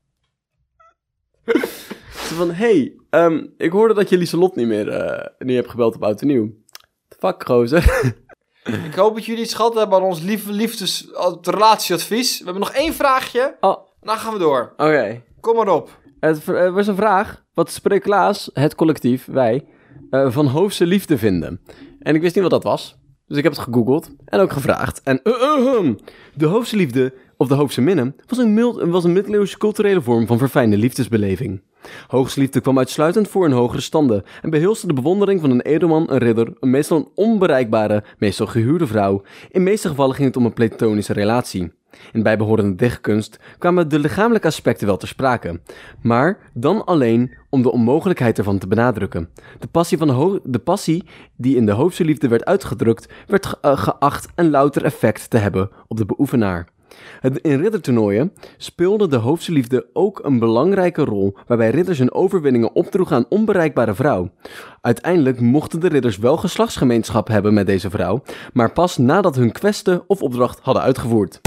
Zo van, hey, um, ik hoorde dat je Lieselot niet meer uh, niet hebt gebeld op Oud en Nieuw. Fuck, gozer. Ik hoop dat jullie iets gehad hebben aan ons lief, liefdes relatieadvies. We hebben nog één vraagje. Oh, Dan gaan we door. oké. Okay. Kom maar op. Het er was een vraag. Wat spreekt Klaas, het collectief, wij, uh, van hoofdse liefde vinden? En ik wist niet wat dat was. Dus ik heb het gegoogeld en ook gevraagd. En uh, uh, uh, de hoofdse liefde, of de hoofdse minne, was een, mild, was een middeleeuwse culturele vorm van verfijnde liefdesbeleving. Hoogste liefde kwam uitsluitend voor in hogere standen en beheerste de bewondering van een edelman, een ridder, een meestal een onbereikbare, meestal gehuwde vrouw. In de meeste gevallen ging het om een platonische relatie. In bijbehorende dichtkunst kwamen de lichamelijke aspecten wel ter sprake, maar dan alleen om de onmogelijkheid ervan te benadrukken. De passie, van de, ho- de passie die in de hoofdse liefde werd uitgedrukt, werd ge- uh, geacht een louter effect te hebben op de beoefenaar. Het, in riddertoernooien speelde de hoofdse liefde ook een belangrijke rol, waarbij ridders hun overwinningen opdroegen aan onbereikbare vrouw. Uiteindelijk mochten de ridders wel geslachtsgemeenschap hebben met deze vrouw, maar pas nadat hun kweste of opdracht hadden uitgevoerd.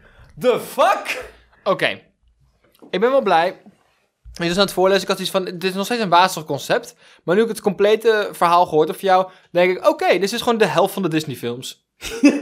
The fuck? Oké. Okay. Ik ben wel blij. Je was aan het voorlezen, ik had iets van, dit is nog steeds een wazig concept. Maar nu ik het complete verhaal gehoord heb van jou, denk ik, oké, okay, dit is gewoon de helft van de Disney films.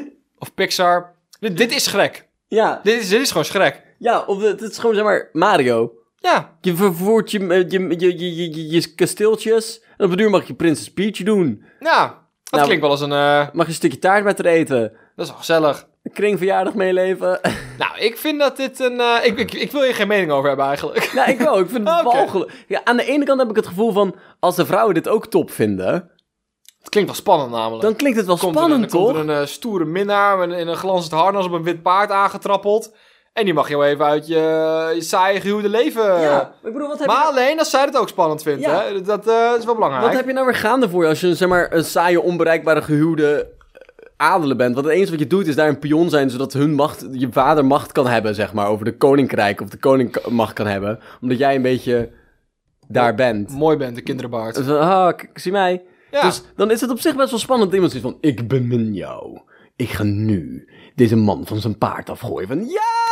Of Pixar. Dit, dit is Shrek. Ja, Dit is, dit is gewoon Shrek. ja, of het is gewoon zeg maar Mario. Ja. Je vervoert je, je, je, je, je, je, je kasteeltjes en op een duur mag je Princess Peach doen. Nou, dat Nou, klinkt wel als een... Uh, Mag je een stukje taart met haar eten. dat is wel gezellig. Een kringverjaardag meeleven. Nou, ik vind dat dit een... Uh, ik, ik, ik wil hier geen mening over hebben eigenlijk. Ja, ik wel. Ik vind het Oké. walgelijk. Ja, aan de ene kant heb ik het gevoel van, als de vrouwen dit ook top vinden, Het klinkt wel spannend namelijk. dan klinkt het wel Komt spannend, er een, toch? Komt er een uh, stoere minnaar met, in een glanzend harnas op een wit paard aangetrappeld. En die mag je wel even uit je, je saaie gehuwde leven... Ja, ik bedoel, wat heb, maar je, alleen als zij het ook spannend vindt, Ja. hè? Dat uh, is wel belangrijk. wat heb je nou weer gaande voor je als je zeg maar, een saaie, onbereikbare, gehuwde adelen bent? Want het enige wat je doet is daar een pion zijn, zodat hun macht, je vader macht kan hebben, zeg maar, over de koninkrijk. Of de koning macht kan hebben. Omdat jij een beetje daar bent. Mooi bent, de kinderenbaard. Dus, ah, k- zie mij. Ja. Dus dan is het op zich best wel spannend. Iemand zegt van, ik bemin jou. Ik ga nu deze man van zijn paard afgooien. Van,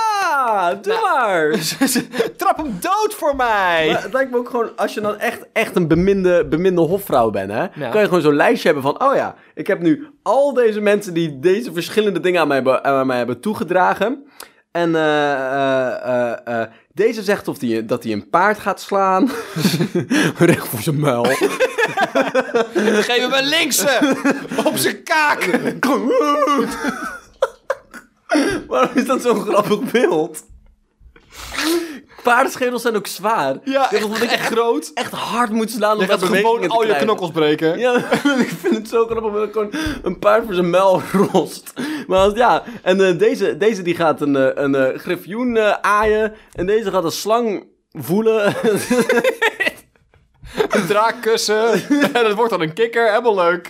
ja, doe Nou. maar. Trap hem dood voor mij! Maar het lijkt me ook gewoon, als je dan echt, echt een beminde, beminde hofvrouw bent, hè, Ja. kan je gewoon zo'n lijstje hebben van, oh ja, ik heb nu al deze mensen die deze verschillende dingen aan mij, hebben- aan mij hebben toegedragen. En eh, eh, eh, eh, deze zegt of die, dat hij een paard gaat slaan. Recht voor zijn muil. Geef hem een linkse! Op zijn kaak! Waarom is dat zo'n grappig beeld? Paardenschedels zijn ook zwaar. Ja, Ik denk dat echt, ik echt groot. echt hard moet slaan om Je dat gaat gewoon al je knokkels breken. Ja, ik vind het zo grappig dat ik gewoon een paard voor zijn muil rost. Maar als, ja, en uh, deze, deze die gaat een, uh, een uh, griffioen uh, aaien. En deze gaat een slang voelen. Een draak kussen. En dat wordt dan een kikker. Helemaal leuk.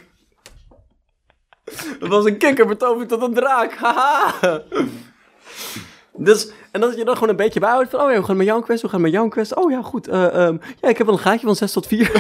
Dat was een kikker betoverd tot een draak. Haha. Dus, en dat je dan gewoon een beetje bijhoudt van, oh ja, hoe gaat het met jouw quest? Hoe gaat het met jouw quest? Oh ja, goed. Uh, um, ja, ik heb wel een gaatje van zes tot vier.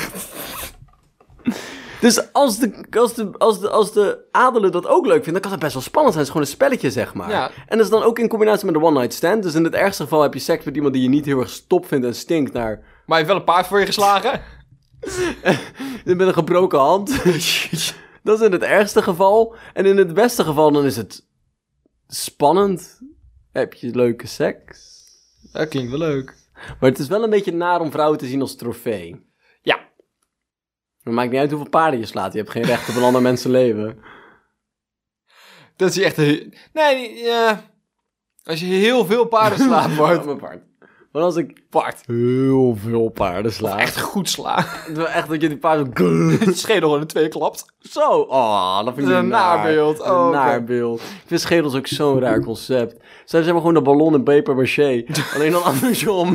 Dus als de, als, de, als, de, als de adelen dat ook leuk vinden, dan kan het best wel spannend zijn. Het is gewoon een spelletje, zeg maar. Ja. En dat is dan ook in combinatie met de one night stand. Dus in het ergste geval heb je seks met iemand die je niet heel erg stop vindt en stinkt naar... Maar hij heeft wel een paard voor je geslagen. met een gebroken hand. Dat is in het ergste geval. En in het beste geval dan is het spannend. Heb je leuke seks. Dat klinkt wel leuk. Maar het is wel een beetje naar om vrouwen te zien als trofee. Ja. Het maakt niet uit hoeveel paarden je slaat. Je hebt geen recht op een ander mensenleven. Dat is echt een... Nee, ja. Als je heel veel paarden slaat wordt. Mijn paard. Want als ik Paard. heel veel paarden sla... Echt goed slaan. Echt dat je die paarden... Het schedel in twee klapt. Zo, oh, dat vind ik Dat is een naar beeld. Een Oh, oké. naar beeld. Ik vind schedels ook zo'n raar concept. Ze hebben zeg maar gewoon de ballon in paper maché. Alleen dan andersom.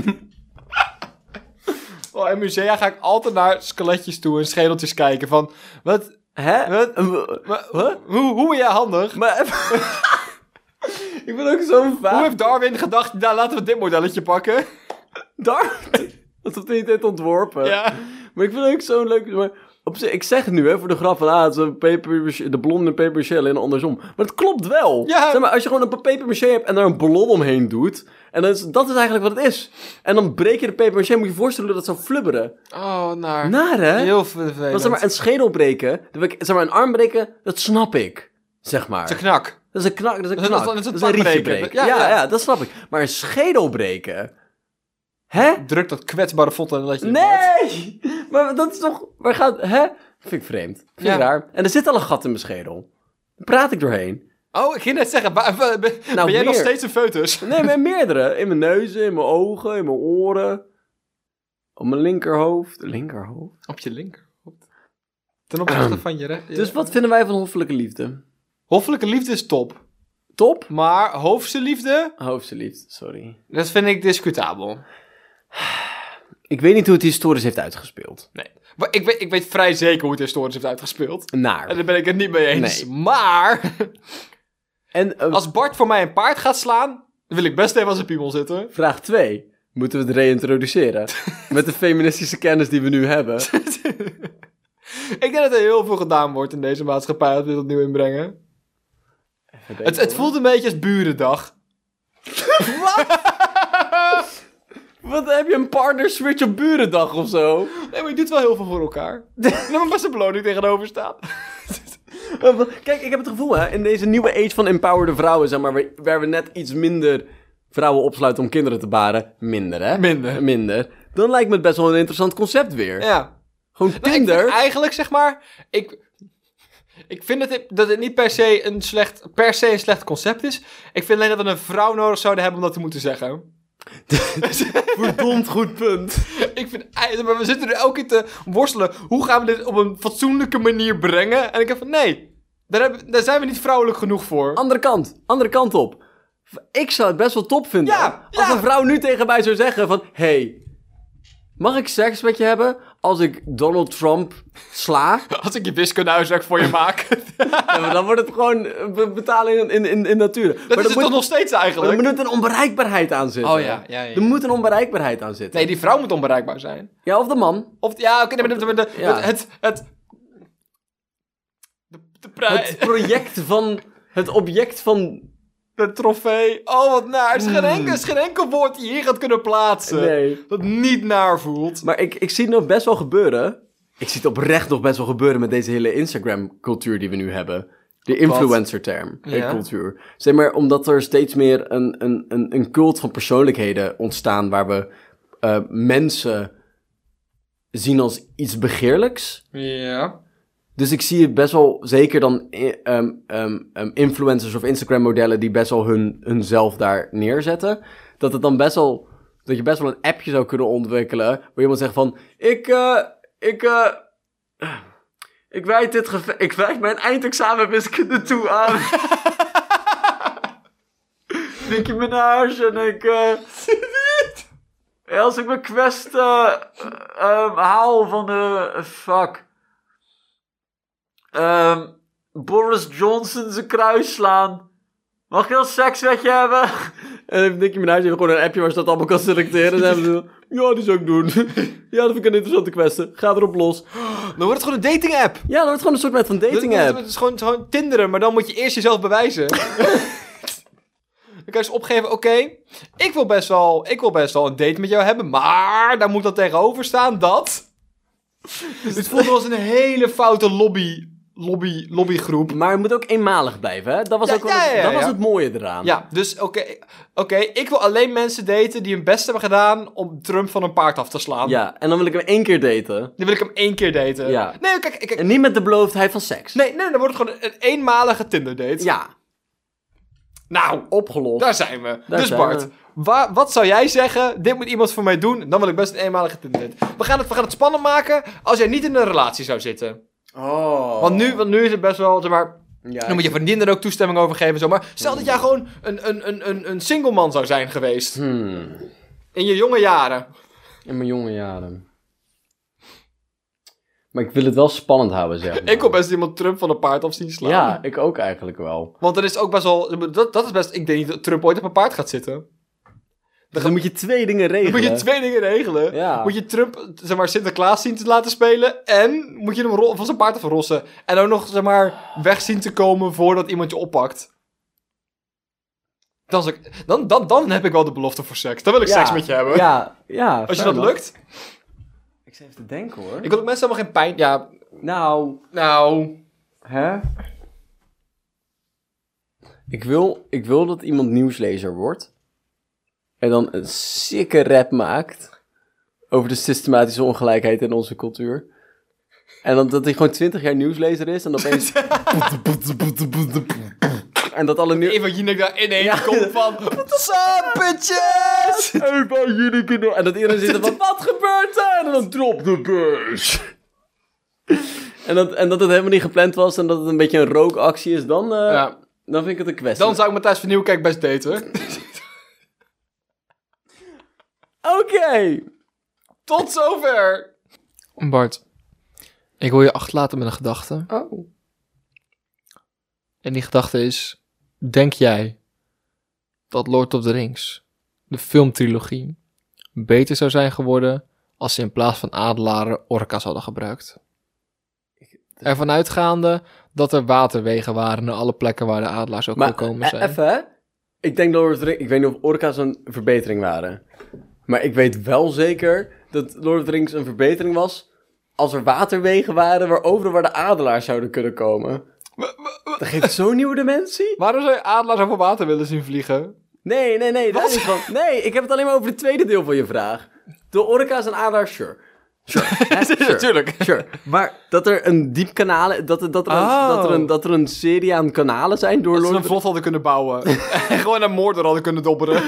Oh, in musea ga ik altijd naar skeletjes toe en schedeltjes kijken van... Wat? Hè? Wat? Wat? Maar, hoe, hoe ben jij handig? Maar... ik ben ook zo vaak... Hoe heeft Darwin gedacht, nou laten we dit modelletje pakken? Daar? Dat heeft hij niet heeft ontworpen. Ja. Maar ik vind het ook zo'n leuk... Maar op zich, ik zeg het nu hè, voor de grap van... Ah, het is een paper, de blonde paper maché, alleen andersom. Maar het klopt wel. Ja. Zeg maar, als je gewoon een paper maché hebt en daar een ballon omheen doet... En dat is, dat is eigenlijk wat het is. En dan breek je de paper maché, moet je je voorstellen dat het zou flubberen. Oh, naar. Naar hè? Heel vervelend. Want zeg maar, een schedel breken, dat ik, zeg maar, een arm breken, dat snap ik. Zeg maar. Het is een knak. Dat is een knak, dat is een Dat is- knak. dat is een rietje pak breken. breken. Ja, Ja, ja, ja. dat snap ik. Maar een schedel breken... Hè? Druk dat kwetsbare vod en dat je... het wordt. Nee! Maar dat is toch... Waar gaat... Hè? Vind ik vreemd. Vind ik Ja. raar. En er zit al een gat in mijn schedel. Daar praat ik doorheen. Oh, ik ging net zeggen, ba- ba- ben, ben jij nog meer. steeds een foetus? Nee, maar meerdere. In mijn neuzen, in mijn ogen, in mijn oren. Op mijn linkerhoofd. Linkerhoofd? Op je linkerhoofd. Ten opzichte van je rechter. Dus wat vinden wij van hoffelijke liefde? Hoffelijke liefde is top. Top? Maar hoofdse liefde, Hoofdse liefde, sorry. dat vind ik discutabel. Ik weet niet hoe het historisch heeft uitgespeeld. Nee. Maar ik weet, ik weet vrij zeker hoe het historisch heeft uitgespeeld. Naar. En daar ben ik het niet mee eens. Nee. Maar, En uh, als Bart voor mij een paard gaat slaan, dan wil ik best even als een piemel zitten. vraag twee. Moeten we het reintroduceren? Met de feministische kennis die we nu hebben. Ik denk dat er heel veel gedaan wordt in deze maatschappij als we dit opnieuw inbrengen. Het, het voelt een beetje als burendag. Wat, heb je een partner switch op burendag of zo? Nee, maar je doet wel heel veel voor elkaar. Er moet best een beloning tegenover staan. Kijk, ik heb het gevoel, hè, in deze nieuwe age van empowerde vrouwen, zeg maar, waar, waar we net iets minder vrouwen opsluiten om kinderen te baren. Minder, hè? Minder. Minder. Dan lijkt me het best wel een interessant concept weer. Ja. Gewoon Nou, ik vind Tinder. eigenlijk, zeg maar, ik, ik vind dat het, dat het niet per se, een slecht, per se een slecht concept is. Ik vind alleen dat we een vrouw nodig zouden hebben om dat te moeten zeggen. Verdomd goed punt. Ik vind, maar we zitten er elke keer te worstelen. Hoe gaan we dit op een fatsoenlijke manier brengen? En ik heb van, nee, daar, hebben, daar zijn we niet vrouwelijk genoeg voor. Andere kant. Andere kant op. Ik zou het best wel top vinden. Ja, Als ja. een vrouw nu tegen mij zou zeggen van... Hey, mag ik seks met je hebben als ik Donald Trump sla? Als ik je wiskundehuiswerk voor je maak. Ja, maar dan wordt het gewoon be- betaling in, in, in nature. Dat maar is het moet, toch nog steeds maar eigenlijk? er moet een onbereikbaarheid aan zitten. Oh ja, ja, ja. Er moet een onbereikbaarheid aan zitten. Nee, die vrouw moet onbereikbaar zijn. Ja, of de man. Of, ja, oké, okay, de, de, de, Ja. het, het, het, de, de prijs, Het project van... Het object van... de trofee. Oh, wat naar. Er is, geen enkel, er is geen enkel woord die je hier gaat kunnen plaatsen. Nee. Dat niet naar voelt. Maar ik, ik zie het nog best wel gebeuren. Ik zie het oprecht nog best wel gebeuren met deze hele Instagram-cultuur die we nu hebben. De influencer-term, eh, Ja. cultuur. Zeg maar, omdat er steeds meer een, een, een, een cult van persoonlijkheden ontstaan... waar we uh, mensen zien als iets begeerlijks. Ja. Dus ik zie het best wel, zeker dan um, um, um, influencers of Instagram-modellen... die best wel hun, hunzelf daar neerzetten. Dat het dan best wel... Dat je best wel een appje zou kunnen ontwikkelen... waar iemand zegt van... Ik, uh, ik, uh, ik wijd dit geve- ik wijd mijn eindexamen wiskunde toe aan. Nicki Minaj en ik... Uh, als ik mijn quest uh, um, haal van de... fuck... Um, Boris Johnson zijn kruis slaan. Mag ik een seks met je hebben? En Nicki Minaj heeft gewoon een appje waar ze dat allemaal kan selecteren. En dan hebben ze, ja, die zou ik doen. Ja, dat vind ik een interessante kwestie. Ga erop los. Dan wordt het gewoon een dating app. Ja, dan wordt het gewoon een soort met van dating Het app. is gewoon, gewoon Tinderen, maar dan moet je eerst jezelf bewijzen. Dan kan je dus opgeven, oké, okay, ik wil best wel, ik wil best wel een date met jou hebben, maar daar moet dan tegenover staan dat... Dus het voelt als een hele foute lobby, lobby, lobbygroep. Maar het moet ook eenmalig blijven, hè? Dat was, Ja, ook wel ja, het, ja, ja, dat was ja. het mooie eraan. Ja, dus oké, okay, oké, ik wil alleen mensen daten die hun best hebben gedaan om Trump van een paard af te slaan. Ja, en dan wil ik hem één keer daten. Dan wil ik hem één keer daten. Ja. Nee, kijk, kijk. En niet met de beloofdheid van seks. Nee, nee, dan wordt het gewoon een eenmalige Tinder date. Ja. Nou, Opgelost. daar zijn we. Daar dus zijn Bart, we. wa- wat zou jij zeggen? Dit moet iemand voor mij doen. Dan wil ik best een eenmalige Tinder. We gaan het, we gaan het spannend maken als jij niet in een relatie zou zitten. Oh. Want nu, want nu is het best wel, zeg maar... Ja, Dan moet je vriendin er ook toestemming over geven. Zo. Maar stel dat jij gewoon een, een, een, een, een single man zou zijn geweest. Hmm. In je jonge jaren. In mijn jonge jaren. Maar ik wil het wel spannend houden, zeg maar. Ik kon best iemand Trump van een paard af zien slaan. Ja, ik ook eigenlijk wel. Want er is ook best wel... Dat, dat is best... Ik denk niet dat Trump ooit op een paard gaat zitten. Dus dan moet je twee dingen regelen. Dan moet je twee dingen regelen. Ja. Moet je Trump, zeg maar, Sinterklaas zien te laten spelen. En moet je hem ro- van zijn paard verrossen. En ook nog, zeg maar, weg zien te komen voordat iemand je oppakt. Dan, is ik, dan, dan, dan heb ik wel de belofte voor seks. Dan wil ik Ja. seks met je hebben. Ja, ja. Als je fair dat enough. lukt. Ik zit even te denken, hoor. Ik wil ook mensen helemaal geen pijn... Ja, Nou, nou... hè? Ik wil, ik wil dat iemand nieuwslezer wordt. En dan een sikke rap maakt. Over de systematische ongelijkheid in onze cultuur. En dan dat hij gewoon twintig jaar nieuwslezer is. En opeens... en dat alle nieuws... Eva Jinek daar ineens Ja. komt van... What's up, bitches? Eva Jinek. En dat iedereen zit er van... Wat gebeurt er? En dan drop de bus. En dat, en dat het helemaal niet gepland was. En dat het een beetje een rookactie is. Dan, uh, Ja. dan vind ik het een kwestie. Dan zou ik Matthijs van Nieuwkerk best daten. Oké. Okay. Tot zover. Bart, ik wil je achterlaten met een gedachte. Oh. En die gedachte is... Denk jij dat Lord of the Rings, de filmtrilogie, beter zou zijn geworden als ze in plaats van adelaren orka's hadden gebruikt? Ervan uitgaande dat er waterwegen waren naar alle plekken waar de adelaars ook Maar gekomen e- zijn. even, hè? Ik denk dat Lord of the Rings... Ik weet niet of orka's een verbetering waren. Maar ik weet wel zeker dat Lord of the Rings een verbetering was... als er waterwegen waren waar overal waar de adelaars zouden kunnen komen. Dat geeft zo'n nieuwe dimensie. Waarom zou je adelaars over water willen zien vliegen? Nee, nee, nee. Daar niet van. Nee, ik heb het alleen maar over het tweede deel van je vraag. De orka's en adelaars, sure. Sure. Hè? Sure. Tuurlijk. Sure. Maar dat er een diep kanaal... Dat er, dat er, een, Oh. dat er, een, dat er een serie aan kanalen zijn door Dat ze Lord een of the vlot hadden kunnen bouwen. En gewoon naar Mordor hadden kunnen dobberen.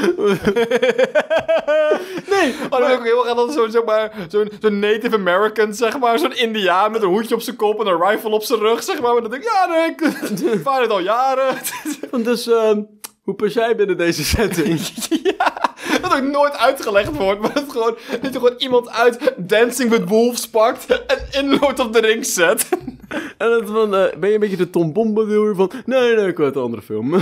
Nee. Oh, dat is ook heel erg dat zo'n zeg maar, zo'n zo'n Native American, zeg maar. Zo'n Indiaan met een hoedje op zijn kop en een rifle op zijn rug, zeg maar. Maar dan denk ik, ja, nee, ik vaar het al jaren. Dus, uh, hoe pas jij binnen deze setting? Ja, dat ook nooit uitgelegd wordt. Maar dat, gewoon, dat je gewoon iemand uit Dancing with Wolves pakt en in Lord of the Rings zet. En dat van, uh, ben je een beetje de Tom Bombadil van... Nee, nee, ik wil het een andere film.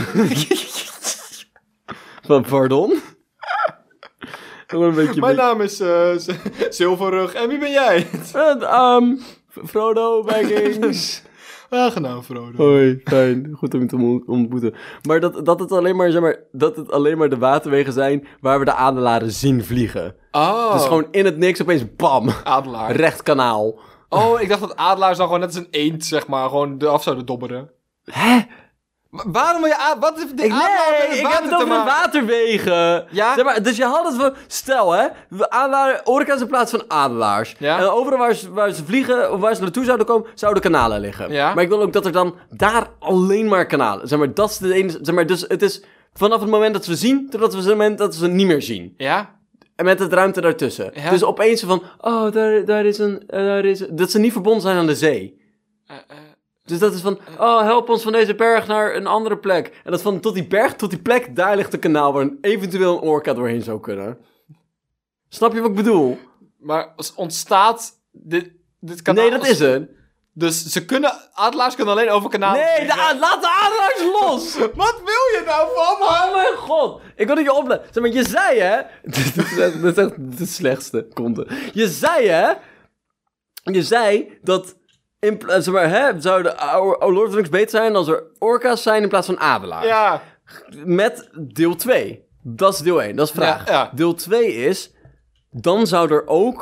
Van, pardon? Gewoon een beetje... Mijn naam is uh, Zilverrug. En wie ben jij? Uh, um, Frodo Baggins. Aangenaam, Frodo. Hoi, fijn. Goed om je te ont- ontmoeten. Maar dat, dat, het alleen maar, zeg maar dat het alleen maar de waterwegen zijn waar we de adelaren zien vliegen. Oh. Dus gewoon in het niks opeens bam. Adelaar. Recht kanaal. Oh, ik dacht dat adelaars dan gewoon net als een eend, zeg maar, gewoon eraf zouden dobberen. Hè? Maar waarom wil je... A- wat heeft de Ik, adelaar met nee, het ik water heb het te over de maken? waterwegen. Ja? Zeg maar, dus je had het van... Stel, hè. we Adelaar, orka's in plaats van adelaars. Ja? En overal waar ze, waar ze vliegen, of waar ze naartoe zouden komen, zouden kanalen liggen. Ja? Maar ik wil ook dat er dan daar alleen maar kanalen... Zeg maar, dat is de enige... Zeg maar, dus het is vanaf het moment dat we zien, tot het moment dat we ze niet meer zien. Ja? En met het ruimte daartussen. Ja. Dus opeens van... Oh, daar, daar is een... uh, daar is, dat ze niet verbonden zijn aan de zee. Uh, uh, Dus dat is van, oh, help ons van deze berg naar een andere plek. En dat van, tot die berg, tot die plek, daar ligt een kanaal waar een, eventueel een orka doorheen zou kunnen. Snap je wat ik bedoel? maar als ontstaat dit, dit kanaal... Nee, dat is het. Dus ze kunnen... Adelaars kunnen alleen over kanalen Nee, de, vliegen. a- laat de adelaars los! Wat wil je nou van me? Oh mijn god. Ik wil dat je oplet. Zeg maar, je zei hè... Dit is echt, dit is echt de slechtste content. Je zei hè... Je zei dat... In, pla- zeg maar, hè, zou de oude Lord of the Rings beter zijn als er orka's zijn in plaats van adelaars? Ja. Met deel twee. Dat is deel één, dat is vraag. Ja, ja. Deel twee is... Dan zou er ook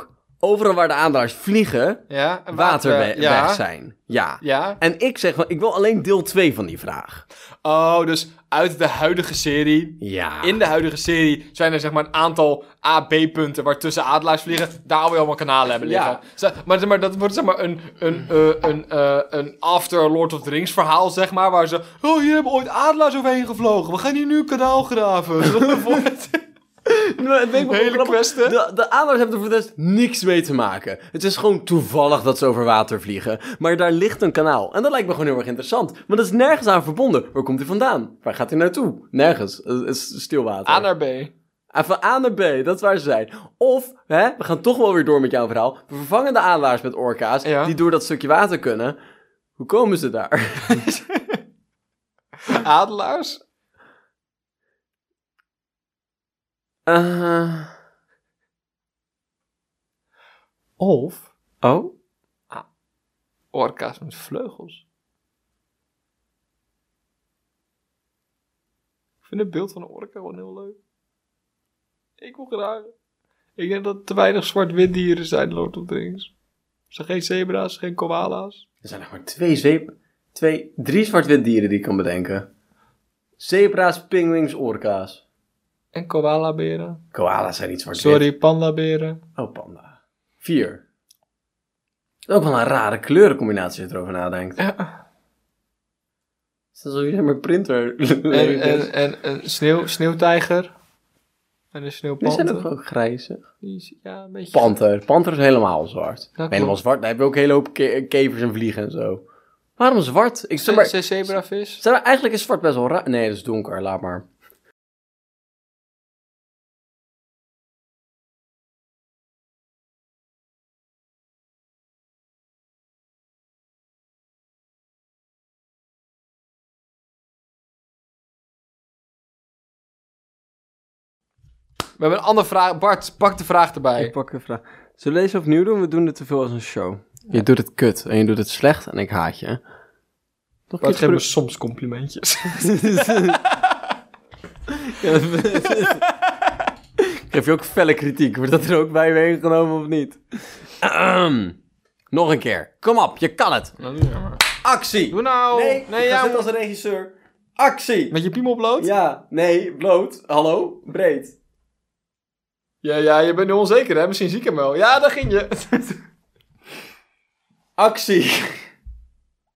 overal waar de adelaars vliegen, Ja, en waterweg water, ja. zijn. Ja. Ja. En ik zeg, van, ik wil alleen deel twee van die vraag. Oh, dus uit de huidige serie... Ja. In de huidige serie zijn er zeg maar een aantal A B-punten waar tussen adelaars vliegen. Daar wil je allemaal kanalen hebben liggen. Ja. Zeg, maar, zeg maar dat wordt zeg maar een, een, uh, een, uh, een after Lord of the Rings verhaal, zeg maar. Waar ze, oh, hier hebben ooit adelaars overheen gevlogen. We gaan hier nu een kanaal graven. Nou, het weet me Hele grappig. kwesten. De, de adelaars hebben er voor de rest niks mee te maken. Het is gewoon toevallig dat ze over water vliegen. Maar daar ligt een kanaal. En dat lijkt me gewoon heel erg interessant. Maar dat is nergens aan verbonden. Waar komt hij vandaan? Waar gaat hij naartoe? Nergens. Het is stilwater. A naar B. En van A naar B, dat is waar ze zijn. Of, hè, we gaan toch wel weer door met jouw verhaal. We vervangen de adelaars met orka's, Ja. die door dat stukje water kunnen. Hoe komen ze daar? Adelaars? Uh... Of Oh? orka's met vleugels. Ik vind het beeld van een orka gewoon heel leuk. Ik wil graag. Ik denk dat er te weinig zwart-wit dieren zijn in Lord of the Rings. Er zijn geen zebra's, geen koala's. Er zijn nog maar twee zeep... Twee, drie zwart-wit dieren die ik kan bedenken. Zebra's, pinguïns, orka's. En koalaberen. Koala's zijn niet zwart-wit. Sorry, pandaberen. Oh, panda. Vier. Ook wel een rare kleurencombinatie als je erover nadenkt. Ja. Het is alsof je met printer... En, en, en een sneeuw, sneeuwtijger. En een Die sneeuwpanter. zijn ook wel grijzig. Die is- Ja, een beetje... Panter. Panter is helemaal zwart. klopt. Helemaal zwart. Daar heb je ook een hele hoop ke- kevers en vliegen en zo. Waarom zwart? Ik zeg maar... Ze- Zebravis. Zeg maar, eigenlijk is zwart best wel raar. Nee, dat is donker. Laat maar. We hebben een andere vraag. Bart, pak de vraag erbij. Ik pak een vraag. Zullen we deze opnieuw doen? We doen dit te veel als een show. Je doet het kut en je doet het slecht en ik haat je. Toch Bart iets geeft me soms complimentjes. Geef je ook felle kritiek? Wordt dat er ook bij meegenomen of niet? Ahem. Nog een keer. Kom op, je kan het. Actie! Doe nou. Nee, nee ik ga ja, zitten als een regisseur. Actie! met je piemel bloot? Ja, nee, bloot. Hallo, breed. Ja, ja, je bent nu onzeker, hè? Misschien zie ik hem wel. Ja, daar ging je. Actie!